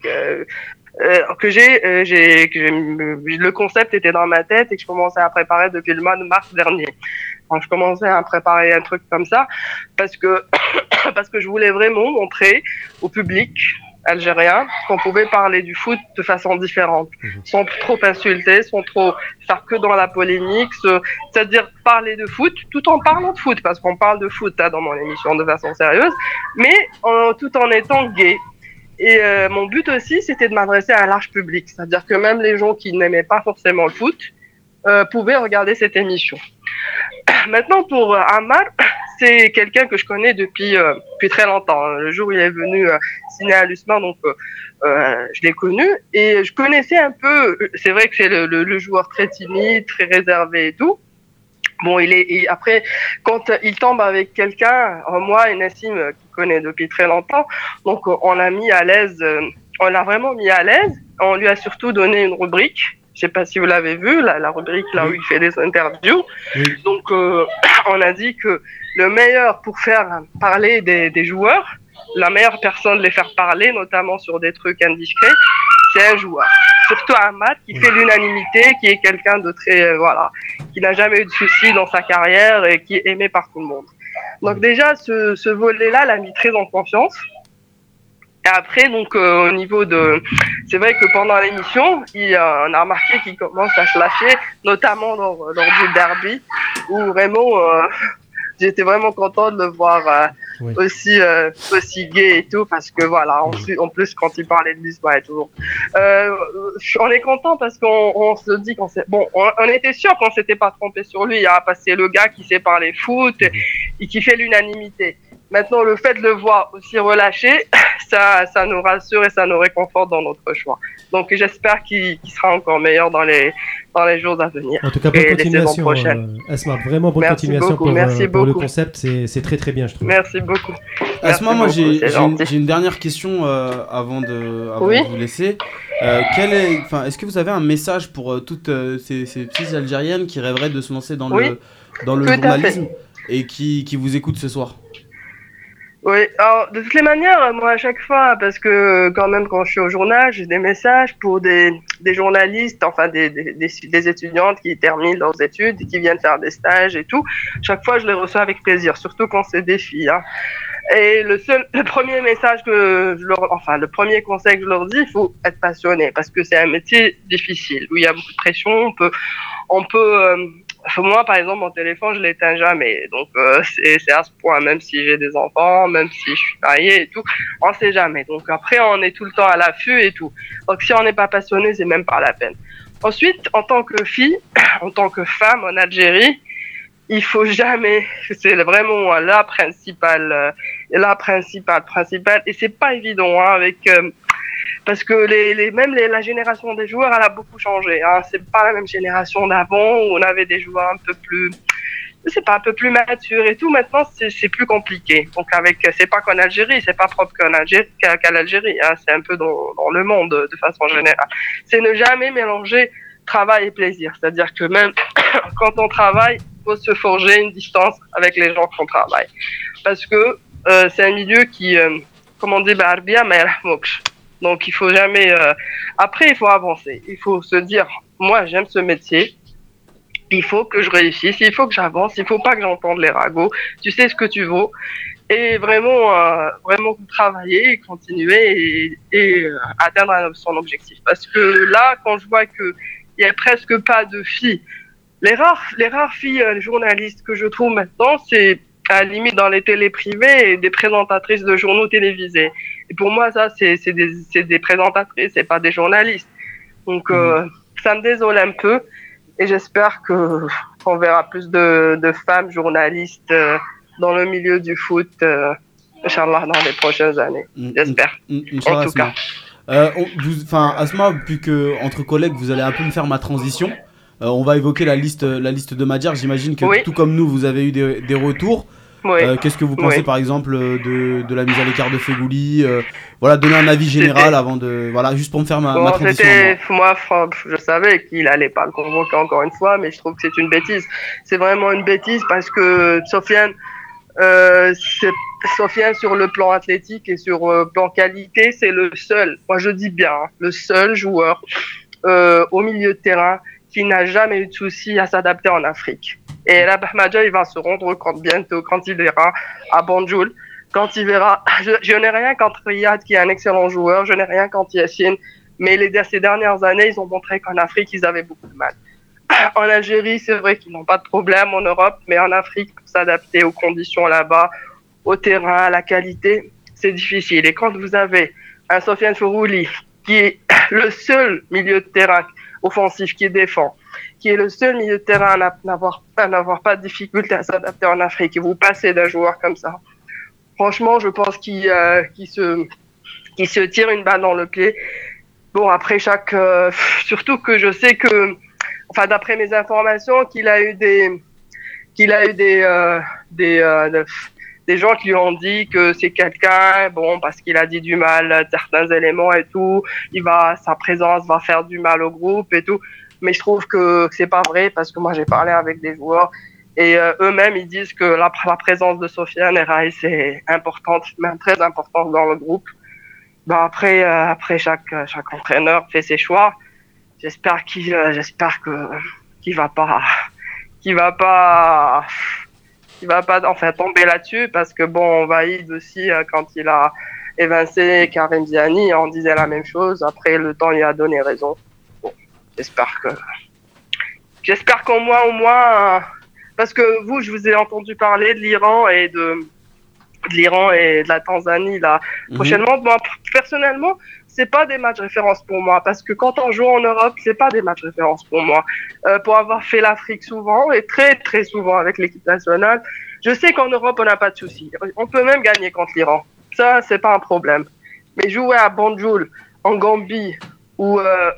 le concept était dans ma tête et que je commençais à préparer depuis le mois de mars dernier. Quand je commençais à préparer un truc comme ça parce que je voulais vraiment montrer au public algérien qu'on pouvait parler du foot de façon différente, sans trop insulter, sans trop faire que dans la polémique, c'est-à-dire parler de foot tout en parlant de foot, parce qu'on parle de foot dans mon émission de façon sérieuse, mais tout en étant gay. Et mon but aussi, c'était de m'adresser à un large public, c'est-à-dire que même les gens qui n'aimaient pas forcément le foot pouvaient regarder cette émission. Maintenant, pour Ammar, c'est quelqu'un que je connais depuis très longtemps. Le jour où il est venu signer à l'USMA, donc je l'ai connu et je connaissais un peu. C'est vrai que c'est le joueur très timide, très réservé et tout. Bon, après, quand il tombe avec quelqu'un, moi et Nassim, qui connaît depuis très longtemps, donc on l'a mis à l'aise. On l'a vraiment mis à l'aise. On lui a surtout donné une rubrique. Je sais pas si vous l'avez vu, la rubrique là où il fait des interviews. Oui. Donc, on a dit que le meilleur pour faire parler des joueurs, la meilleure personne de les faire parler, notamment sur des trucs indiscrets, c'est un joueur. Surtout Ammar, qui fait l'unanimité, qui est quelqu'un de très, qui n'a jamais eu de soucis dans sa carrière et qui est aimé par tout le monde. Donc déjà, ce volet-là l'a mis très en confiance. Et après, donc, au niveau c'est vrai que pendant l'émission, on a remarqué qu'il commence à se lâcher, notamment lors du derby, où vraiment, j'étais vraiment content de le voir aussi gay et tout, parce que voilà, en plus, quand il parlait de l'USMA et tout. On est content parce qu'on se dit on était sûr qu'on s'était pas trompé sur lui, hein, parce que c'est le gars qui sait parler foot et qui fait l'unanimité. Maintenant, le fait de le voir aussi relâché, ça nous rassure et ça nous réconforte dans notre choix. Donc, j'espère qu'il sera encore meilleur dans les jours à venir. En tout cas, bonne continuation, Asma. Vraiment bonne continuation pour le concept. C'est très très bien, je trouve. Merci beaucoup. Asma, moi, j'ai une dernière question avant de vous laisser. Est-ce que vous avez un message pour toutes ces petites Algériennes qui rêveraient de se lancer dans le journalisme et qui vous écoutent ce soir? Oui, alors de toutes les manières, moi à chaque fois, parce que quand même quand je suis au journal, j'ai des messages pour des journalistes, enfin des étudiantes qui terminent leurs études et qui viennent faire des stages et tout. Chaque fois, je les reçois avec plaisir, surtout quand c'est des filles. Hein. Et le premier message le premier conseil que je leur dis, il faut être passionné parce que c'est un métier difficile où il y a beaucoup de pression. Moi, par exemple, mon téléphone, je l'éteins jamais. Donc, c'est à ce point, même si j'ai des enfants, même si je suis mariée et tout, on sait jamais. Donc, après, on est tout le temps à l'affût et tout. Donc, si on n'est pas passionné, c'est même pas la peine. Ensuite, en tant que fille, en tant que femme en Algérie, il faut jamais, c'est vraiment la principale, et c'est pas évident, hein, parce que la génération des joueurs, elle a beaucoup changé, hein. C'est pas la même génération d'avant où on avait des joueurs un peu plus matures et tout. Maintenant, c'est plus compliqué. Donc c'est pas qu'en Algérie, c'est pas propre qu'à l'Algérie, hein. C'est un peu dans le monde de façon générale. C'est ne jamais mélanger travail et plaisir. C'est-à-dire que même quand on travaille, il faut se forger une distance avec les gens qu'on travaille. Parce que c'est un milieu qui, comme on dit, donc il faut jamais... Après, il faut avancer. Il faut se dire, moi, j'aime ce métier. Il faut que je réussisse, il faut que j'avance, il faut pas que j'entende les ragots. Tu sais ce que tu vaux. Et vraiment travailler, continuer et atteindre son objectif. Parce que là, quand je vois qu'il y a presque pas de filles, les rares filles journalistes que je trouve maintenant, c'est à la limite dans les télés privées et des présentatrices de journaux télévisés. Et pour moi, ça, c'est des présentatrices, c'est pas des journalistes. Donc, ça me désole un peu. Et j'espère qu'on verra plus de femmes journalistes dans le milieu du foot, Inch'Allah, dans les prochaines années. J'espère. En tout cas. Asma, vu que entre collègues, vous allez un peu me faire ma transition. On va évoquer la liste de Madjer. J'imagine que tout comme nous, vous avez eu des retours. Oui. Qu'est-ce que vous pensez par exemple de la mise à l'écart de Fegouli, donner un avis général avant de juste pour me faire ma transition. Moi, je savais qu'il allait pas le convoquer encore une fois, mais je trouve que c'est une bêtise. C'est vraiment une bêtise parce que Sofiane sur le plan athlétique et sur le plan qualité, c'est le seul, moi je dis bien, le seul joueur au milieu de terrain qui n'a jamais eu de souci à s'adapter en Afrique. Et là, Madjer, il va se rendre compte bientôt quand il verra à Banjul, quand il verra. Je n'ai rien contre Riyad, qui est un excellent joueur, je n'ai rien contre Yassine, mais ces dernières années, ils ont montré qu'en Afrique, ils avaient beaucoup de mal. En Algérie, c'est vrai qu'ils n'ont pas de problème en Europe, mais en Afrique, pour s'adapter aux conditions là-bas, au terrain, à la qualité, c'est difficile. Et quand vous avez un Sofiane Fourouli, qui est le seul milieu de terrain offensif qui défend, qui est le seul milieu de terrain à n'avoir pas de difficulté à s'adapter en Afrique, et vous passez d'un joueur comme ça, franchement, je pense qu'il se tire une balle dans le pied. Bon, après surtout que je sais que, d'après mes informations, qu'il a eu des gens qui lui ont dit que c'est quelqu'un, parce qu'il a dit du mal, certains éléments et tout, sa présence va faire du mal au groupe et tout. Mais je trouve que c'est pas vrai parce que moi j'ai parlé avec des joueurs et eux-mêmes ils disent que la présence de Sofiane Eraï c'est importante, même très importante dans le groupe. Après chaque entraîneur fait ses choix. J'espère qu'il va pas tomber là-dessus parce que Vaïd aussi quand il a évincé Karim Ziani, on disait la même chose. Après le temps lui a donné raison. J'espère qu'au moins, parce que je vous ai entendu parler de l'Iran et de la Tanzanie là. Prochainement, moi personnellement, c'est pas des matchs références pour moi parce que quand on joue en Europe, c'est pas des matchs références pour moi. Pour avoir fait l'Afrique souvent et très très souvent avec l'équipe nationale, je sais qu'en Europe on n'a pas de soucis. On peut même gagner contre l'Iran. Ça, c'est pas un problème. Mais jouer à Banjul, en Gambie, où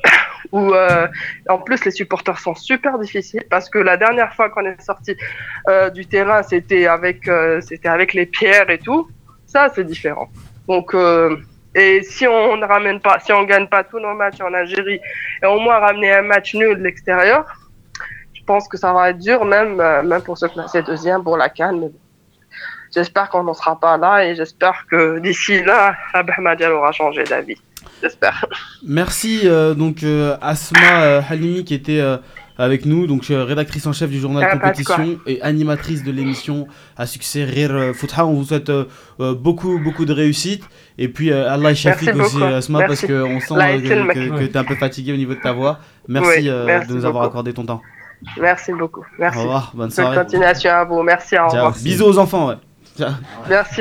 en plus les supporters sont super difficiles parce que la dernière fois qu'on est sorti du terrain c'était avec les pierres et tout, ça c'est différent. Donc et si on gagne pas tous nos matchs en Algérie et au moins ramener un match nul de l'extérieur, je pense que ça va être dur même pour se classer deuxième pour la CAN. Mais j'espère qu'on n'en sera pas là et j'espère que d'ici là Madjer aura changé d'avis. J'espère. Merci Asma Halimi qui était avec nous, donc rédactrice en chef du journal Compétition et animatrice de l'émission à succès Rire Footha. On vous souhaite beaucoup de réussite. Et puis Allah Yashafik aussi, Asma, parce qu'on sent que tu es un peu fatigué au niveau de ta voix. Merci, de nous avoir accordé ton temps. Merci beaucoup. Merci. Au revoir, bonne soirée. Bonne continuation à vous. Merci, au revoir. Bisous aux enfants, ouais. Merci.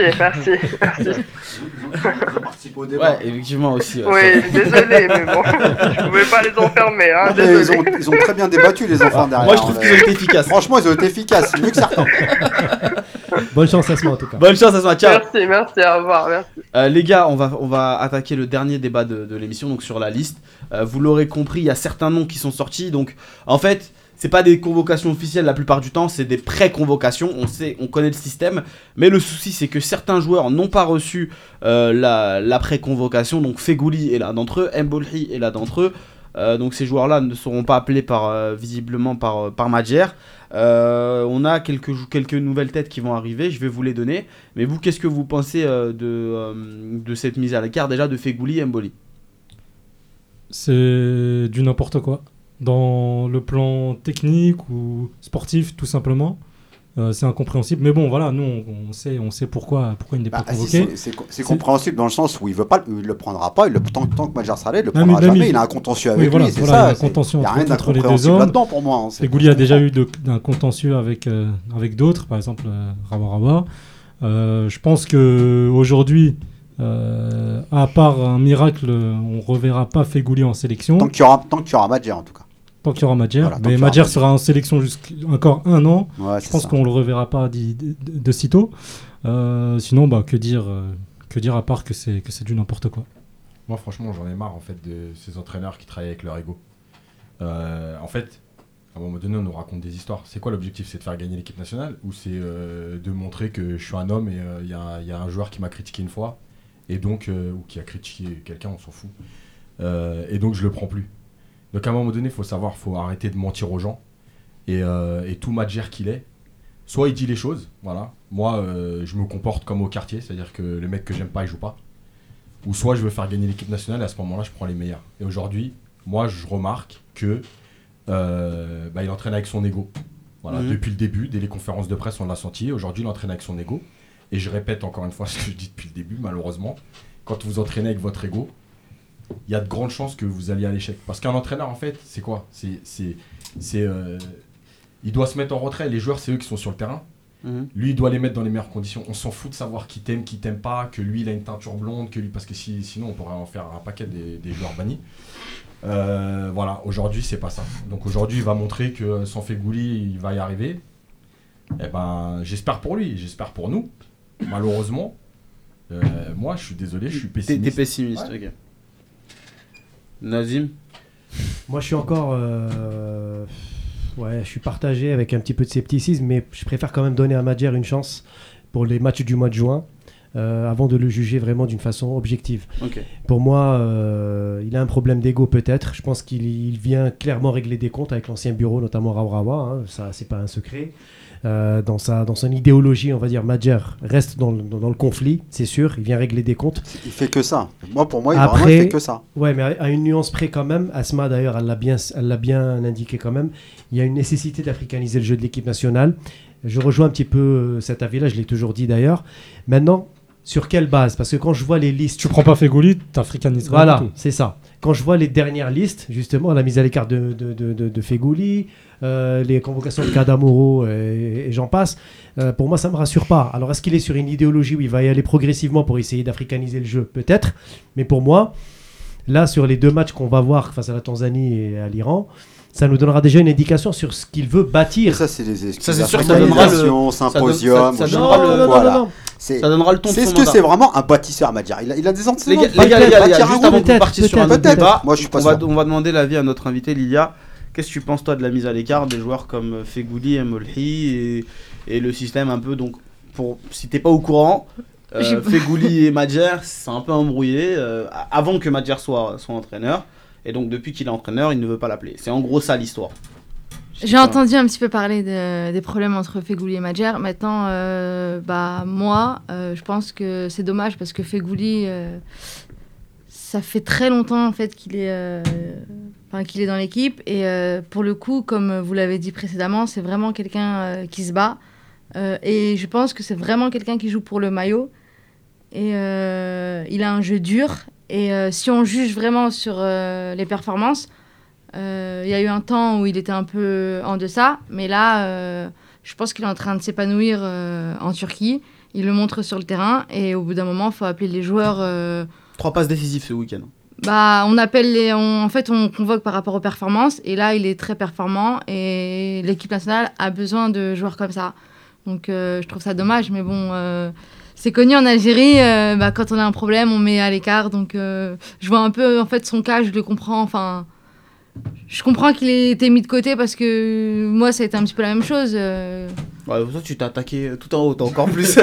Ouais, effectivement aussi. Oui, désolé, mais bon, je pouvais pas les enfermer. Hein, ils ont très bien débattu, les enfants, derrière. Moi, je trouve qu'ils ont été efficaces. Franchement, ils ont été efficaces, mieux que certains. Bonne chance à Asma, en tout cas. Bonne chance à Asma, ciao. Merci, au revoir. Merci. Les gars, on va attaquer le dernier débat de l'émission, donc sur la liste. Vous l'aurez compris, il y a certains noms qui sont sortis. Donc, en fait, c'est pas des convocations officielles la plupart du temps, c'est des pré-convocations. On connaît le système, mais le souci c'est que certains joueurs n'ont pas reçu la pré-convocation. Donc Fegouli est l'un d'entre eux, Mbolhi est l'un d'entre eux. Donc ces joueurs-là ne seront pas appelés visiblement par Madjer. On a quelques nouvelles têtes qui vont arriver, je vais vous les donner. Mais vous, qu'est-ce que vous pensez de cette mise à l'écart déjà de Fegouli et Mbolhi? C'est du n'importe quoi. Dans le plan technique ou sportif, tout simplement, c'est incompréhensible. Mais bon, voilà, nous, on sait pourquoi il n'est pas convoqué. C'est compréhensible dans le sens où il le prendra pas. Tant que Madjer Saleh le prendra jamais. Il a un contentieux avec lui. C'est ça. Il y a un contentieux entre les deux hommes. Là-dedans pour moi. Fegouli a déjà eu un contentieux avec d'autres, par exemple Rawa. Je pense qu'aujourd'hui, à part un miracle, on reverra pas Fegouli en sélection. Tant qu'il y aura Madjer, en tout cas. Tant qu'il y aura Madjer, mais Madjer sera en sélection encore un an. Ouais, je pense qu'on le reverra pas de sitôt. Sinon, que dire à part que c'est du n'importe quoi. Moi, franchement, j'en ai marre en fait de ces entraîneurs qui travaillent avec leur ego. En fait, à un moment donné, on nous raconte des histoires. C'est quoi l'objectif? C'est de faire gagner l'équipe nationale ou c'est de montrer que je suis un homme et il y a un joueur qui m'a critiqué une fois et donc ou qui a critiqué quelqu'un, on s'en fout. Et donc je le prends plus. Donc à un moment donné, il faut arrêter de mentir aux gens. Et tout Madjer qu'il est, soit il dit les choses, voilà. Moi, je me comporte comme au quartier, c'est-à-dire que les mecs que j'aime pas, ils jouent pas. Ou soit je veux faire gagner l'équipe nationale et à ce moment-là, je prends les meilleurs. Et aujourd'hui, moi, je remarque que il entraîne avec son ego. Voilà, depuis le début, dès les conférences de presse, on l'a senti. Aujourd'hui, il entraîne avec son ego. Et je répète encore une fois ce que je dis depuis le début, malheureusement. Quand vous entraînez avec votre ego, il y a de grandes chances que vous alliez à l'échec. Parce qu'un entraîneur, en fait, c'est quoi ? Il doit se mettre en retrait. Les joueurs, c'est eux qui sont sur le terrain. Lui, il doit les mettre dans les meilleures conditions. On s'en fout de savoir qui t'aime pas, que lui, il a une teinture blonde, que lui, parce que sinon, on pourrait en faire un paquet des joueurs bannis. Voilà, aujourd'hui, c'est pas ça. Donc aujourd'hui, il va montrer que sans Fegouli, il va y arriver. Eh ben, j'espère pour lui, j'espère pour nous. Malheureusement, moi, je suis désolé, je suis pessimiste. T'es pessimiste, ouais. Ok. Nazim ? Moi, je suis encore... je suis partagé avec un petit peu de scepticisme, mais je préfère quand même donner à Madjer une chance pour les matchs du mois de juin, avant de le juger vraiment d'une façon objective. Okay. Pour moi, il a un problème d'ego peut-être. Je pense qu'il vient clairement régler des comptes avec l'ancien bureau, notamment Rawa. Ça, c'est pas un secret. Dans son idéologie, on va dire, Madjer reste dans le conflit, c'est sûr. Il vient régler des comptes. Il fait que ça. Pour moi, il fait que ça. Ouais, mais à une nuance près quand même. Asma, d'ailleurs, elle l'a bien indiqué quand même. Il y a une nécessité d'africaniser le jeu de l'équipe nationale. Je rejoins un petit peu cet avis-là, je l'ai toujours dit d'ailleurs. Maintenant, sur quelle base ? Parce que quand je vois les listes... Tu prends pas Fegouli, t'africaniseras. Voilà, c'est ça. Quand je vois les dernières listes, justement, la mise à l'écart de Fegouli, les convocations de Kadamoro et j'en passe, pour moi, ça ne me rassure pas. Alors, est-ce qu'il est sur une idéologie où il va y aller progressivement pour essayer d'africaniser le jeu ? Peut-être. Mais pour moi, là, sur les 2 matchs qu'on va voir face à la Tanzanie et à l'Iran, ça nous donnera déjà une indication sur ce qu'il veut bâtir. Ça, c'est des ça, c'est sûr que ça donnera le symposium. Ça donnera le ton de son mandat. Est-ce que c'est vraiment un bâtisseur, Madjer ? Il a des antécédents. Les gars, juste avant de partir sur un autre débat, moi, je suis pas sûr. On va demander l'avis à notre invité Lilia. Qu'est-ce que tu penses, toi, de la mise à l'écart des joueurs comme Fegouli et Mbolhi et le système un peu, donc, si t'es pas au courant, Fegouli et Madjer, c'est un peu embrouillé avant que Madjer soit entraîneur. Et donc, depuis qu'il est entraîneur, il ne veut pas l'appeler. C'est en gros ça l'histoire. J'ai entendu un petit peu parler des problèmes entre Fegouli et Madjer. Maintenant, moi, je pense que c'est dommage parce que Fegouli, ça fait très longtemps en fait qu'il est qu'il est dans l'équipe. Et pour le coup, comme vous l'avez dit précédemment, c'est vraiment quelqu'un qui se bat. Et je pense que c'est vraiment quelqu'un qui joue pour le maillot. Et il a un jeu dur. Et si on juge vraiment sur les performances, il y a eu un temps où il était un peu en deçà. Mais là, je pense qu'il est en train de s'épanouir en Turquie. Il le montre sur le terrain. Et au bout d'un moment, il faut appeler les joueurs... 3 passes décisives ce week-end. On convoque par rapport aux performances. Et là, il est très performant. Et l'équipe nationale a besoin de joueurs comme ça. Donc, je trouve ça dommage. Mais bon, c'est connu en Algérie. Quand on a un problème, on met à l'écart. Donc, je vois un peu en fait, son cas. Je le comprends. Enfin, je comprends qu'il ait été mis de côté parce que moi, ça a été un petit peu la même chose. Ouais, toi, tu t'es attaqué tout en haut, t'as encore plus.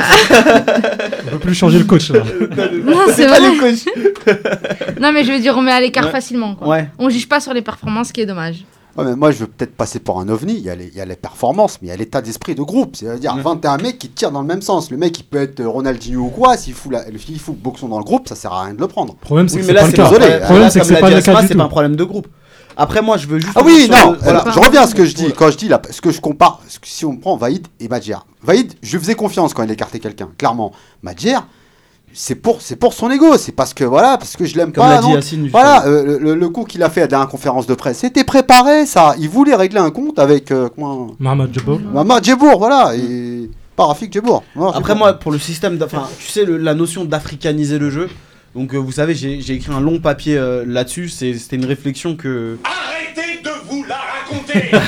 On peut plus changer le coach là. Non, c'est vrai. Le coach. Non, mais je veux dire, on met à l'écart facilement. Quoi. Ouais. On juge pas sur les performances, ce qui est dommage. Ouais, mais moi, je veux peut-être passer pour un ovni. Il y a les performances, mais il y a l'état d'esprit de groupe. C'est-à-dire 21 mecs qui tirent dans le même sens. Le mec, il peut être Ronaldinho ou quoi. S'il fout Boxon dans le groupe, ça sert à rien de le prendre. Le problème, c'est que c'est pas le cas. Le problème, c'est que c'est pas le cas. C'est pas un problème de groupe. Après, moi, je veux juste... Ah oui, non, je reviens à ce que je dis. Quand je dis là, ce que je compare, si on prend Vahid et Madjer. Vahid, je faisais confiance quand il écartait quelqu'un, clairement. Madjer, c'est pour son ego, c'est parce que je l'aime comme pas. Comme l'a dit Yacine. Voilà, le coup qu'il a fait à la dernière conférence de presse, c'était préparé, ça. Il voulait régler un compte avec Mohamed Djebour. Mohamed Djebour, voilà, et pas Rafik Djebour. Après, moi, pour le système, tu sais, la notion d'africaniser le jeu. Donc vous savez, j'ai écrit un long papier là-dessus, c'était une réflexion que... Arrêtez de vous la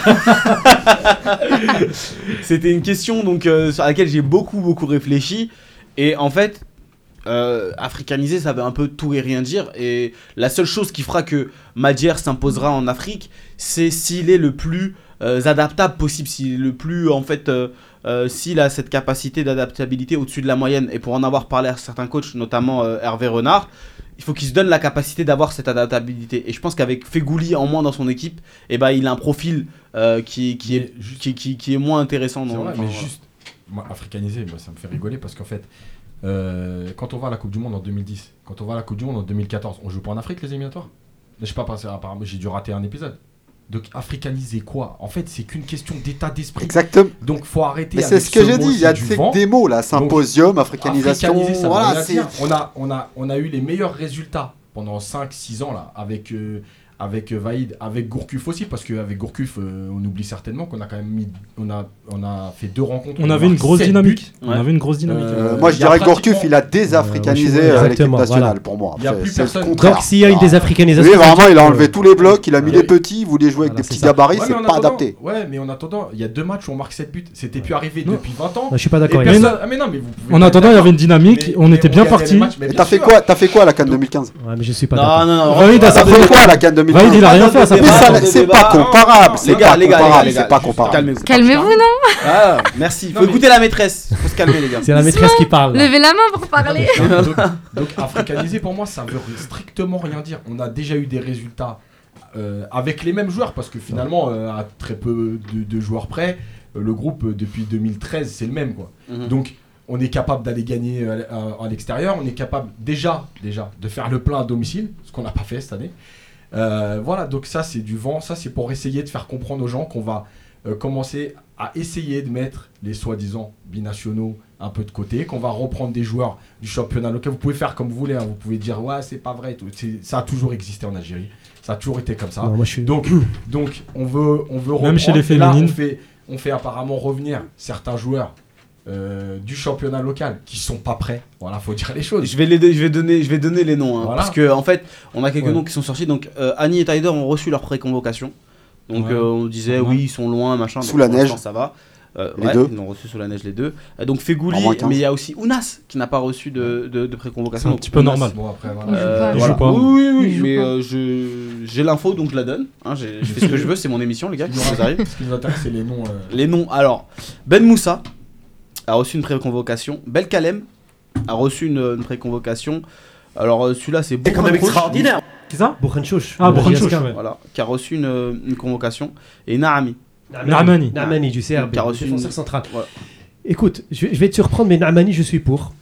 raconter. C'était une question donc, sur laquelle j'ai beaucoup réfléchi. Et en fait, africaniser, ça veut un peu tout et rien dire. Et la seule chose qui fera que Madjer s'imposera en Afrique, c'est s'il est le plus adaptable possible, s'il est le plus, en fait... s'il a cette capacité d'adaptabilité au-dessus de la moyenne, et pour en avoir parlé à certains coachs, notamment Hervé Renard, il faut qu'il se donne la capacité d'avoir cette adaptabilité. Et je pense qu'avec Fegouli en moins dans son équipe, il a un profil qui est moins intéressant. Mais juste, moi, africanisé, ça me fait rigoler parce qu'en fait, quand on va à la Coupe du Monde en 2010, quand on va à la Coupe du Monde en 2014, on joue pas en Afrique les éliminatoires ? Je sais pas, apparemment j'ai dû rater un épisode. Donc africaniser quoi ? En fait, c'est qu'une question d'état d'esprit. Exactement. Donc faut arrêter. Mais c'est ce que j'ai dit. Il y a des mots là, symposium, africanisation. Voilà, on a eu les meilleurs résultats pendant 5-6 ans là avec Vahid, avec Gourcuff aussi, parce qu'avec Gourcuff, on oublie certainement qu'on a quand même on a fait 2 rencontres. On avait une grosse dynamique. Moi, je dirais que Gourcuff, il a désafricanisé l'équipe nationale pour moi. Il n'y a plus personne. Donc, s'il y a une désafricanisation. Oui, vraiment, il a enlevé tous les blocs, il a mis les petits, il voulait jouer avec des petits gabarits, c'est pas adapté. Ouais, mais en attendant, il y a 2 matchs où on marque 7 buts. C'était plus arrivé depuis 20 ans. Je suis pas d'accord. Mais non, mais vous pouvez. En attendant, il y avait une dynamique, on était bien parti. T'as fait quoi à la CAN 2015 Ouais, mais je suis pas d'accord. Non. Vahid a fait quoi à la CAN 2015 Vahid, il a rien fait à sa place. C'est pas comparable. Les gars, c'est pas comparable. Calmez-vous, non ? Ah, merci. Faut écouter la maîtresse. Faut se calmer, les gars. C'est la maîtresse qui parle. Levez la main pour parler. Donc africaniser, pour moi, ça veut strictement rien dire. On a déjà eu des résultats avec les mêmes joueurs, parce que finalement, à très peu de joueurs près, le groupe depuis 2013, c'est le même, quoi. Donc on est capable d'aller gagner à l'extérieur, on est capable déjà de faire le plein à domicile, ce qu'on n'a pas fait cette année. Voilà, donc ça c'est du vent, ça c'est pour essayer de faire comprendre aux gens qu'on va commencer à essayer de mettre les soi-disant binationaux un peu de côté, qu'on va reprendre des joueurs du championnat local. Vous pouvez faire comme vous voulez, hein. Vous pouvez dire ouais c'est pas vrai, ça a toujours existé en Algérie, ça a toujours été comme ça. Non, moi, donc on veut reprendre. Même chez les féminines. Là, on fait apparemment revenir certains joueurs du championnat local qui sont pas prêts. Voilà, faut dire les choses. Je vais donner les noms, hein, voilà. Parce que en fait, on a quelques noms qui sont sortis. Donc Annie et Taider ont reçu leur pré-convocation. Donc on disait oui, ils sont loin, machin. Sous la neige, ça va. Les deux. Ils ont reçu sous la neige les deux. Donc Fegouli, mais il y a aussi Ounas qui n'a pas reçu de pré-convocation. C'est un petit peu normal. Bon après voilà. Il joue pas. Oui, mais j'ai l'info donc je la donne. Hein, je fais ce que je veux, c'est mon émission les gars. Ce qui nous intéresse c'est les noms. Les noms. Alors Ben Moussa a reçu une pré-convocation. Belkalem a reçu une pré-convocation. Alors celui-là c'est quand même extraordinaire. C'est ça ? Bourrenchouch. Bourrenchouch, voilà, qui a reçu une convocation. Et Naamani du CRB, qui a reçu défenseur central. Voilà. Écoute, je vais te surprendre, mais Naamani, je suis pour.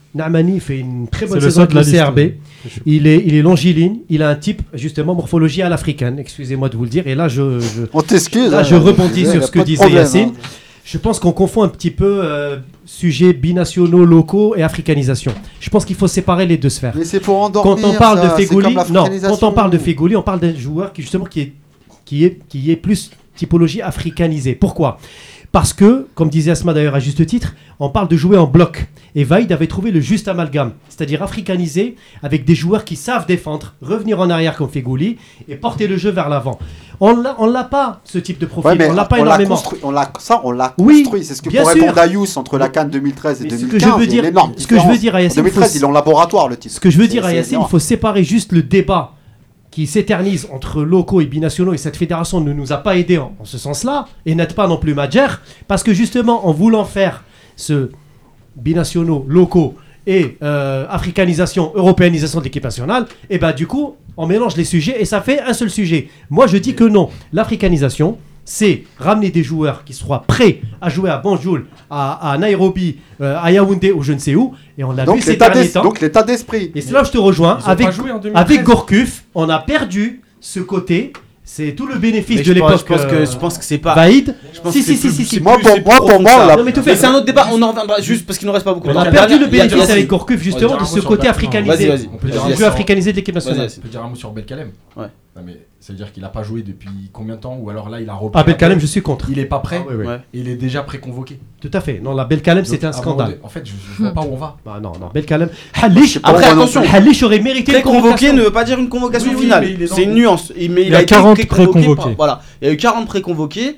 Nahmani fait une très bonne C'est le saison seul avec de le la CRB. liste. Il est longiligne. Il a un type, justement, morphologie à l'africaine. Excusez-moi de vous le dire. Et là, On t'excuse. là, hein, je rebondis y a sur ce que pas de disait problème, Yacine. hein. Je pense qu'on confond un petit peu sujets binationaux, locaux et africanisation. Je pense qu'il faut séparer les deux sphères. Mais c'est pour endormir. Quand on parle ça, de c'est Feghouli, comme non, l'africanisation. quand on parle de Feghouli, on parle d'un joueur qui justement qui est plus typologie africanisée. Pourquoi ? Parce que, comme disait Asma d'ailleurs à juste titre, on parle de jouer en bloc. Et Vaïd avait trouvé le juste amalgame, c'est-à-dire africanisé avec des joueurs qui savent défendre, revenir en arrière comme Feghouli et porter le jeu vers l'avant. On l'a pas, ce type de profil. Ouais, mais on l'a pas on l'a énormément. construit. On l'a Oui, construit. C'est ce que bien pour sûr. répondre à Yous entre la CAN 2013 et Mais 2015. ce que je veux il y a dire- une énorme ce que je veux dire à différence. Yacine, En 2013, ils l'ont laboratoire le titre. Ce que je veux dire à C'est Yacine, il énorme. faut séparer juste le débat qui s'éternise entre locaux et binationaux, et cette fédération ne nous a pas aidés en ce sens-là, et n'aide pas non plus Madjer, parce que justement, en voulant faire ce binationaux, locaux et africanisation, européanisation de l'équipe nationale, et ben du coup, on mélange les sujets et ça fait un seul sujet. Moi, je dis que non. L'africanisation, c'est ramener des joueurs qui soient prêts à jouer à Banjul, à Nairobi, à Yaoundé ou je ne sais où, et on l'a vu ces derniers temps. Donc l'état d'esprit. Et c'est là où je te rejoins. Ils ont pas joué en 2013. Avec Gourcuff, on a perdu ce côté. C'est tout le bénéfice Mais de l'époque. je pense que c'est pas. Vaïd. Je pense Si, que c'est si, plus- si, si. c'est Moi, plus- pour c'est moi, plus profond pour moi, que ça. la- Non, mais tout Mais fait. c'est un autre débat, on en reviendra juste parce qu'il nous reste pas beaucoup de On temps. a La perdu le dernière- il y a- bénéfice il y a- avec Gourcuff, justement, de ce côté africanisé. Vas-y. On peut dire Le un jeu mot- africanisé de l'équipe nationale. On peut dire un mot sur Belkalem. Ouais. Non, mais ça veut dire qu'il a pas joué depuis combien de temps, ou alors là il a repris. Ah, Belkalem, je suis contre. Il est pas prêt. Ah, oui, oui. Ouais. Et il est déjà pré-convoqué. Tout à fait. Non, la Belkalem, Donc, c'était un à un scandale. moment donné- En fait, je vois pas où on va. Bah non, Belkalem. Halish, Après, attention. Halish aurait mérité une Pré-convoqué convocation. ne veut pas dire une convocation Oui, oui, finale. mais il est dans C'est le une groupe. nuance. Mais Il y a été 40 pré-convoqué pré-convoqués. Voilà. Il y a eu 40 pré-convoqués.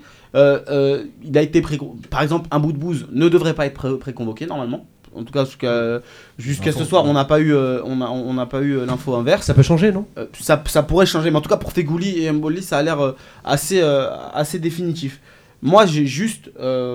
Il a été par exemple, un bout de bouse ne devrait pas être pré-convoqué normalement. En tout cas, jusqu'à ce soir, on n'a pas eu, on n'a pas eu l'info inverse. Ça peut changer, non ? Ça pourrait changer, mais en tout cas pour Feghouli et Mboli, ça a l'air assez définitif. Moi, j'ai juste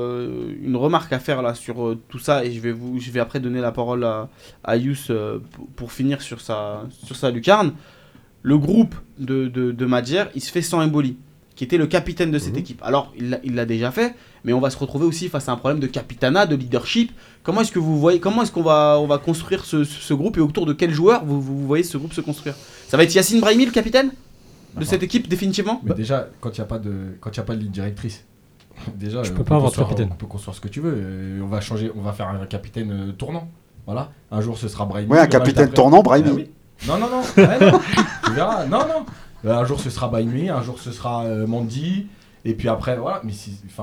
une remarque à faire là sur tout ça, et je vais après donner la parole à Yous pour finir sur sa lucarne. Le groupe de Madjer, il se fait sans Mboli, qui était le capitaine de cette équipe. Alors, il l'a déjà fait, mais on va se retrouver aussi face à un problème de capitanat, de leadership. Comment est-ce que vous voyez, comment est-ce qu'on va construire ce groupe, et autour de quel joueur vous voyez ce groupe se construire? Ça va être Yacine Brahimi, le capitaine de cette équipe, définitivement? Mais déjà, quand il n'y a pas de ligne directrice, déjà, Tu peux pas avoir de capitaine. On peut construire ce que tu veux. On va faire un capitaine tournant. Voilà. Un jour, ce sera Brahimi. Ouais, un le match capitaine d'après- tournant, Brahimi. Ah oui. Non. Ouais, non. Tu verras. Non. Un jour, ce sera Brahimi. Un jour, ce sera Mandy. Et puis après, voilà. Mais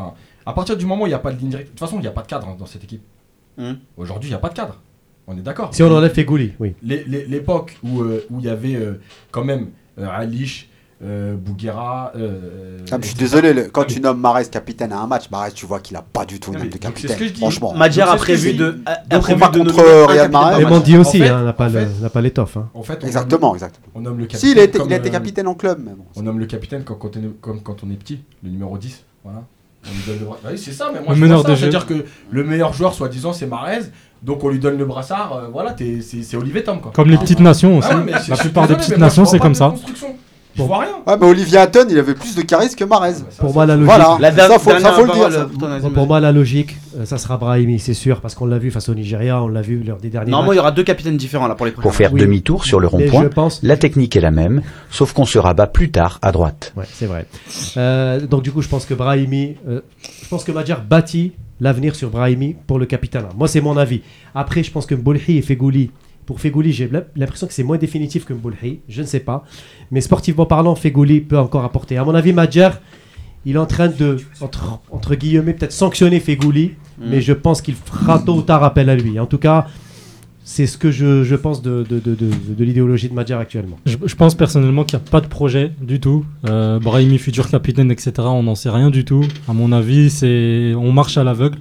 à partir du moment où il n'y a pas de ligne directrice. De toute façon, il n'y a pas de cadre dans cette équipe. Aujourd'hui, il n'y a pas de cadre. On est d'accord. Si on enlève Feghouli, oui. L'époque où il y avait quand même Alish, Bouguera. Je suis désolé, quand tu nommes Mahrez capitaine à un match, Mahrez, tu vois qu'il a pas du tout une âme de c'est capitaine. ce que je dis. Franchement. Madjer a Donc, c'est ce prévu que de. Donc, prévu on va de contre nommer un Riyad capitaine Mahrez. par Et match. Mandy aussi, En fait, n'a pas l'étoffe. Hein. En fait, Exactement. on nomme le capitaine. Si, il a comme, été capitaine en club, mais bon. On nomme le capitaine quand on est petit, le numéro 10. Voilà. On lui donne le brassard. Oui, c'est ça, mais moi Le je meneur pense ça. de jeu. C'est-à-dire que le meilleur joueur, soi-disant, c'est Mahrez. Donc on lui donne le brassard. Voilà, c'est Olivier Tom. Quoi. Comme les petites nations aussi. Ah ouais, mais je La suis plupart des désolé, petites mais moi, nations, je c'est vois comme pas ça. de construction. Je vois rien. Ouais, mais Olivier Hatton, il avait plus de charisme que Mahrez. Pour moi, la logique. Voilà, La ça faut dernière le dire. parole, ça. pour ton Pour moi, la logique, ça sera Brahimi, c'est sûr, parce qu'on l'a vu face au Nigeria, on l'a vu lors des derniers Normalement, matchs. il y aura 2 capitaines différents là pour les prochains. Pour faire Oui. demi-tour sur le Mais rond-point, je pense- la technique est la même, sauf qu'on se rabat plus tard à droite. Ouais, c'est vrai. Donc du coup, je pense que Brahimi, je pense que Madjer bâtit l'avenir sur Brahimi pour le capitana. Moi, c'est mon avis. Après, je pense que Mbolhi et Feghouli, pour Feghouli, j'ai l'impression que c'est moins définitif que Mbolhi. Je ne sais pas. Mais sportivement parlant, Feghouli peut encore apporter. À mon avis, Madjer, il est en train de, entre guillemets, peut-être sanctionner Feghouli, mais je pense qu'il fera tôt ou tard appel à lui. En tout cas, c'est ce que je pense de l'idéologie de Madjer actuellement. Je pense personnellement qu'il n'y a pas de projet du tout. Brahimi, futur capitaine, etc. On n'en sait rien du tout. À mon avis, on marche à l'aveugle.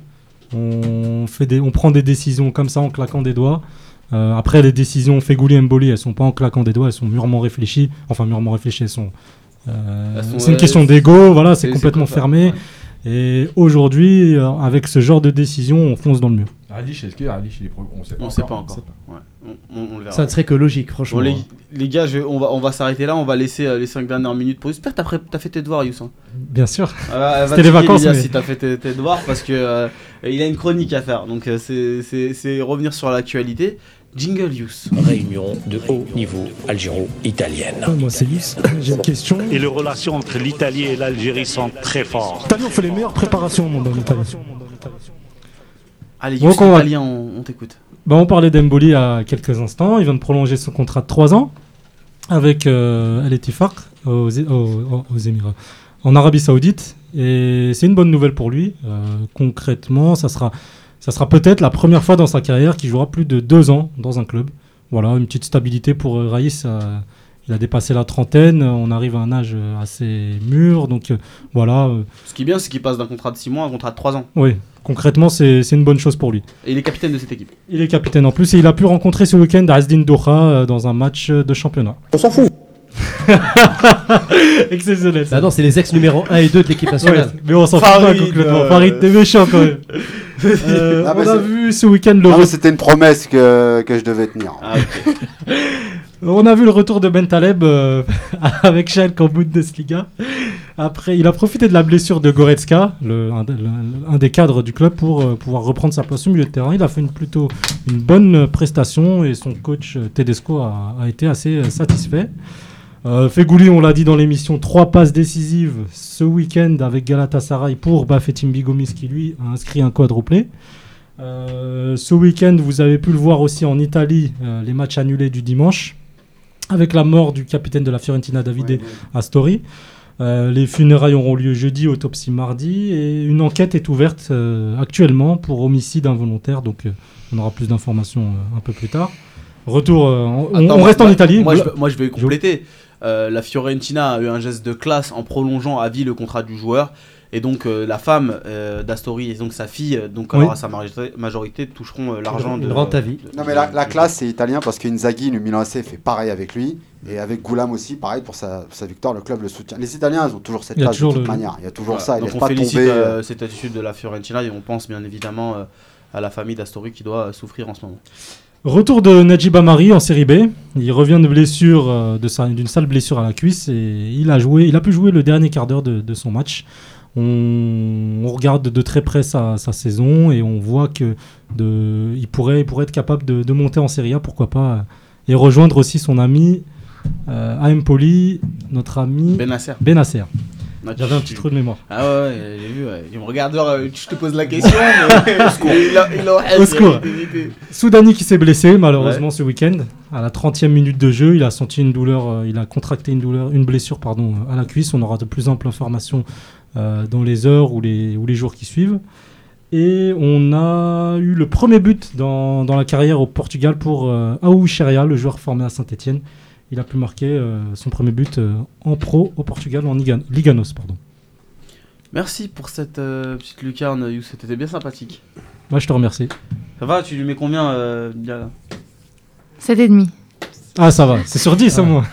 On prend des décisions comme ça en claquant des doigts. Après, les décisions Feghouli et Mboli, elles sont pas en claquant des doigts, elles sont mûrement réfléchies. Enfin, mûrement réfléchies, c'est une question d'ego. Voilà, c'est complètement fermé. Ouais. Et aujourd'hui, avec ce genre de décision, on fonce dans le mur. Alish, est-ce que Alish il est On sait pas encore. Ouais. On le verra. Ça ne serait que logique, franchement. Bon, les gars, on va s'arrêter là. On va laisser les 5 dernières minutes pour. J'espère que t'as fait tes devoirs, Youss. Bien sûr. C'était les vacances. Si t'as fait tes devoirs, parce que il a une chronique à faire. Donc c'est revenir sur l'actualité. Jingle Youss. Réunion de haut niveau algéro-italienne. Moi c'est Youss. J'ai une question. Et les relations entre l'Italie et l'Algérie sont très fortes. L'Italie, on fait les meilleures préparations au monde en Italie. Allez, Youss, l'italien, on t'écoute. On parlait d'Emboli il y a quelques instants. Il vient de prolonger son contrat de 3 ans avec El Ettifaq aux Émirats, en Arabie Saoudite. Et c'est une bonne nouvelle pour lui. Concrètement, ça sera peut-être la première fois dans sa carrière qu'il jouera plus de 2 ans dans un club. Voilà, une petite stabilité pour Raïs. Il a dépassé la trentaine, on arrive à un âge assez mûr, donc voilà. Ce qui est bien, c'est qu'il passe d'un contrat de 6 mois à un contrat de 3 ans. Oui, concrètement, c'est une bonne chose pour lui. Et il est capitaine de cette équipe. Il est capitaine en plus, et il a pu rencontrer ce week-end Azdin Doha dans un match de championnat. On s'en fout. Exceptionnel. Ah non, c'est les ex numéro 1 et 2 de l'équipe nationale. Ouais, mais on s'en fout pas complètement. Farid, t'es méchant quand même. On a vu ce week-end c'était une promesse que je devais tenir. Ah, okay. On a vu le retour de Bentaleb avec Schalke en Bundesliga. Après, il a profité de la blessure de Goretzka, un des cadres du club, pour pouvoir reprendre sa place au milieu de terrain. Il a fait plutôt une bonne prestation et son coach Tedesco a été assez satisfait. Fegouli, on l'a dit dans l'émission, 3 passes décisives ce week-end avec Galatasaray pour Bafetim Bigomis qui lui a inscrit un quadruplé. Ce week-end, vous avez pu le voir aussi en Italie, les matchs annulés du dimanche, avec la mort du capitaine de la Fiorentina, Davide Astori. Les funérailles auront lieu jeudi, autopsie mardi, et une enquête est ouverte actuellement pour homicide involontaire, donc on aura plus d'informations un peu plus tard. Retour, on reste en Italie. Moi je vais compléter. La Fiorentina a eu un geste de classe en prolongeant à vie le contrat du joueur. Et donc la femme d'Astori et donc sa fille, à sa majorité, toucheront l'argent de rente à vie. Non mais la classe c'est italien parce qu'Inzaghi, le Milan AC, fait pareil avec lui. Et avec Goulam aussi, pareil pour sa victoire, le club le soutient. Les Italiens, ils ont toujours cette classe de toute manière. Il y a toujours ça, ils ne laissent pas tomber. Cette attitude de la Fiorentina et on pense bien évidemment à la famille d'Astori qui doit souffrir en ce moment. Retour de Najib Amari en Série B. Il revient de blessure, d'une sale blessure à la cuisse et il a pu jouer le dernier quart d'heure de son match. On regarde de très près sa saison et on voit que il pourrait être capable de monter en Serie A, pourquoi pas, et rejoindre aussi son ami à Empoli, notre ami Benasser. J'avais un petit trou de mémoire. Ah ouais, j'ai vu. Ouais. Il me regarde, je te pose la question. Au secours. Soudani qui s'est blessé malheureusement ce week-end. À la 30e minute de jeu, il a senti une douleur, il a contracté une blessure à la cuisse. On aura de plus amples informations dans les heures ou les jours qui suivent. Et on a eu le premier but dans la carrière au Portugal pour Aou Cheria, le joueur formé à Saint-Etienne. Il a pu marquer son premier but en pro au Portugal, en Liganos. Merci pour cette petite lucarne, Youss. C'était bien sympathique. Moi, je te remercie. Ça va, tu lui mets combien 7,5. Ah, ça va, c'est sur 10 au moins.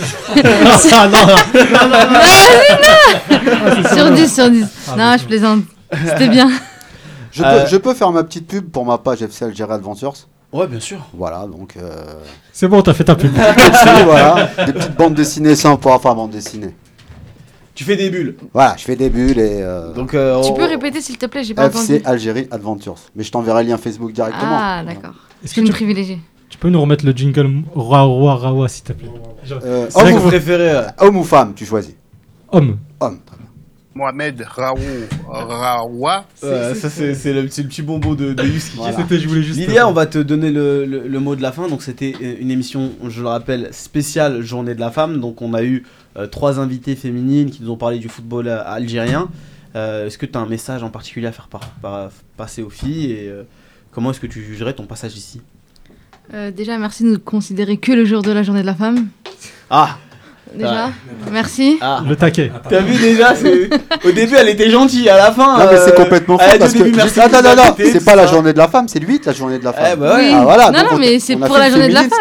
Sur 10. Non, je plaisante. C'était bien. Je peux faire ma petite pub pour ma page FC Algérie Adventures. Ouais, bien sûr. Voilà, donc... C'est bon, t'as fait ta pub. Voilà, des petites bandes dessinées sympas, enfin bandes dessinées. Tu fais des bulles. Voilà, je fais des bulles et... Donc, tu peux répéter s'il te plaît, j'ai pas entendu. FC Algérie Adventures. Mais je t'enverrai le lien Facebook directement. Ah, d'accord. Est-ce que tu es privilégié? Tu peux nous remettre le jingle Rawa s'il te plaît. Homme ou préféré homme ou femme, tu choisis. Homme. Mohamed Rawa. Ça c'est le petit bonbon de Youss. Voilà. Je voulais juste Lilia, on va te donner le mot de la fin. Donc c'était une émission, je le rappelle, spéciale Journée de la femme. Donc on a eu 3 invités féminines qui nous ont parlé du football algérien. Est-ce que tu as un message en particulier à faire passer aux filles et comment est-ce que tu jugerais ton passage ici? Déjà, merci de nous considérer que le jour de la Journée de la femme. Ah. Déjà, merci. Ah. Le taquet. T'as vu déjà, au début elle était gentille, à la fin. Non mais c'est complètement faux parce que non, c'est pas la journée de la femme, c'est le 8 la journée de la femme. Bah oui. Ah, voilà, non mais c'est pour la journée de la femme.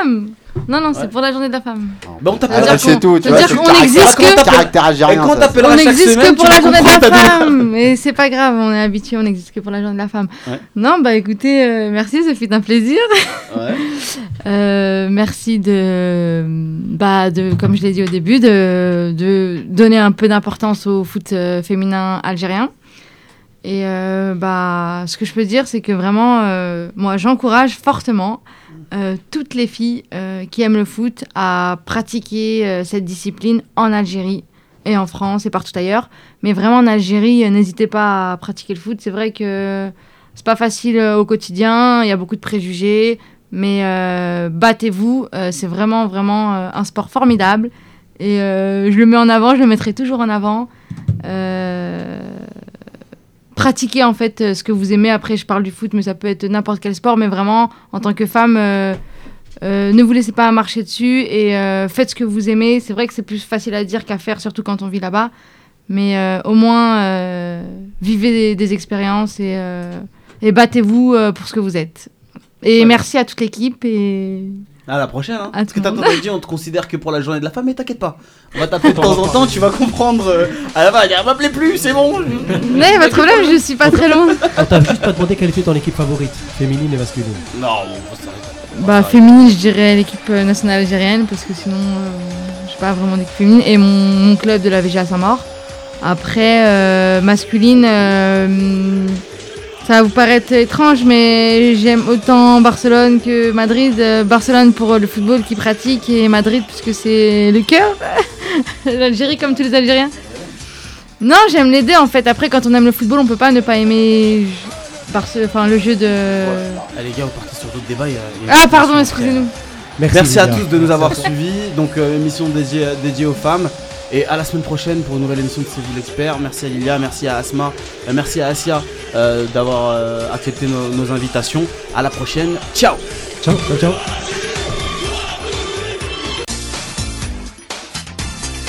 Non, c'est pour la journée de la femme. Bah on t'appelle c'est tout, tu vois, c'est on existe que caractère algérien. Quand on t'appellera on chaque existe semaine, que pour tu la vas journée de comprendre la ta femme. Mais c'est pas grave, on est habitué, on existe que pour la journée de la femme. Ouais. Non, bah écoutez, merci, ça fait un plaisir. Ouais. Merci de, comme je l'ai dit au début, de donner un peu d'importance au foot féminin algérien. Et ce que je peux dire, c'est que vraiment, moi, j'encourage fortement toutes les filles qui aiment le foot à pratiquer cette discipline en Algérie et en France et partout ailleurs. Mais vraiment, en Algérie, n'hésitez pas à pratiquer le foot. C'est vrai que c'est pas facile au quotidien, il y a beaucoup de préjugés, mais battez-vous. C'est vraiment, vraiment un sport formidable. Et je le mets en avant, je le mettrai toujours en avant. Pratiquez en fait ce que vous aimez. Après, je parle du foot, mais ça peut être n'importe quel sport. Mais vraiment, en tant que femme, ne vous laissez pas marcher dessus et faites ce que vous aimez. C'est vrai que c'est plus facile à dire qu'à faire, surtout quand on vit là-bas. Mais au moins, vivez des expériences et battez-vous pour ce que vous êtes. Et merci à toute l'équipe et... À la prochaine, hein. À Parce que t'as dit, on te considère que pour la journée de la femme, mais t'inquiète pas. On va t'appeler de temps en temps, tu vas comprendre. À la base, elle m'appelait plus, c'est bon. Mais pas de problème, je suis pas très loin. On t'a juste pas demandé quelle était ton équipe favorite, féminine et masculine. Non, bon, Bah, féminine, je dirais l'équipe nationale algérienne, parce que sinon, j'ai pas vraiment d'équipe féminine. Et mon club de la VGA Saint-Maur. Après, masculine, ça va vous paraître étrange, mais j'aime autant Barcelone que Madrid. Barcelone pour le football qu'ils pratiquent et Madrid puisque c'est le cœur. L'Algérie comme tous les Algériens. Non, j'aime les deux en fait. Après, quand on aime le football, on peut pas ne pas aimer le jeu de... Allez les gars, vous partez sur d'autres débats. Ah pardon, excusez-nous. Merci à tous de nous avoir suivis. Donc, émission dédiée aux femmes. Et à la semaine prochaine pour une nouvelle émission de C'est vous l'expert. Merci à Lilia, merci à Asma, merci à Asia d'avoir accepté nos invitations. À la prochaine. Ciao. Ciao.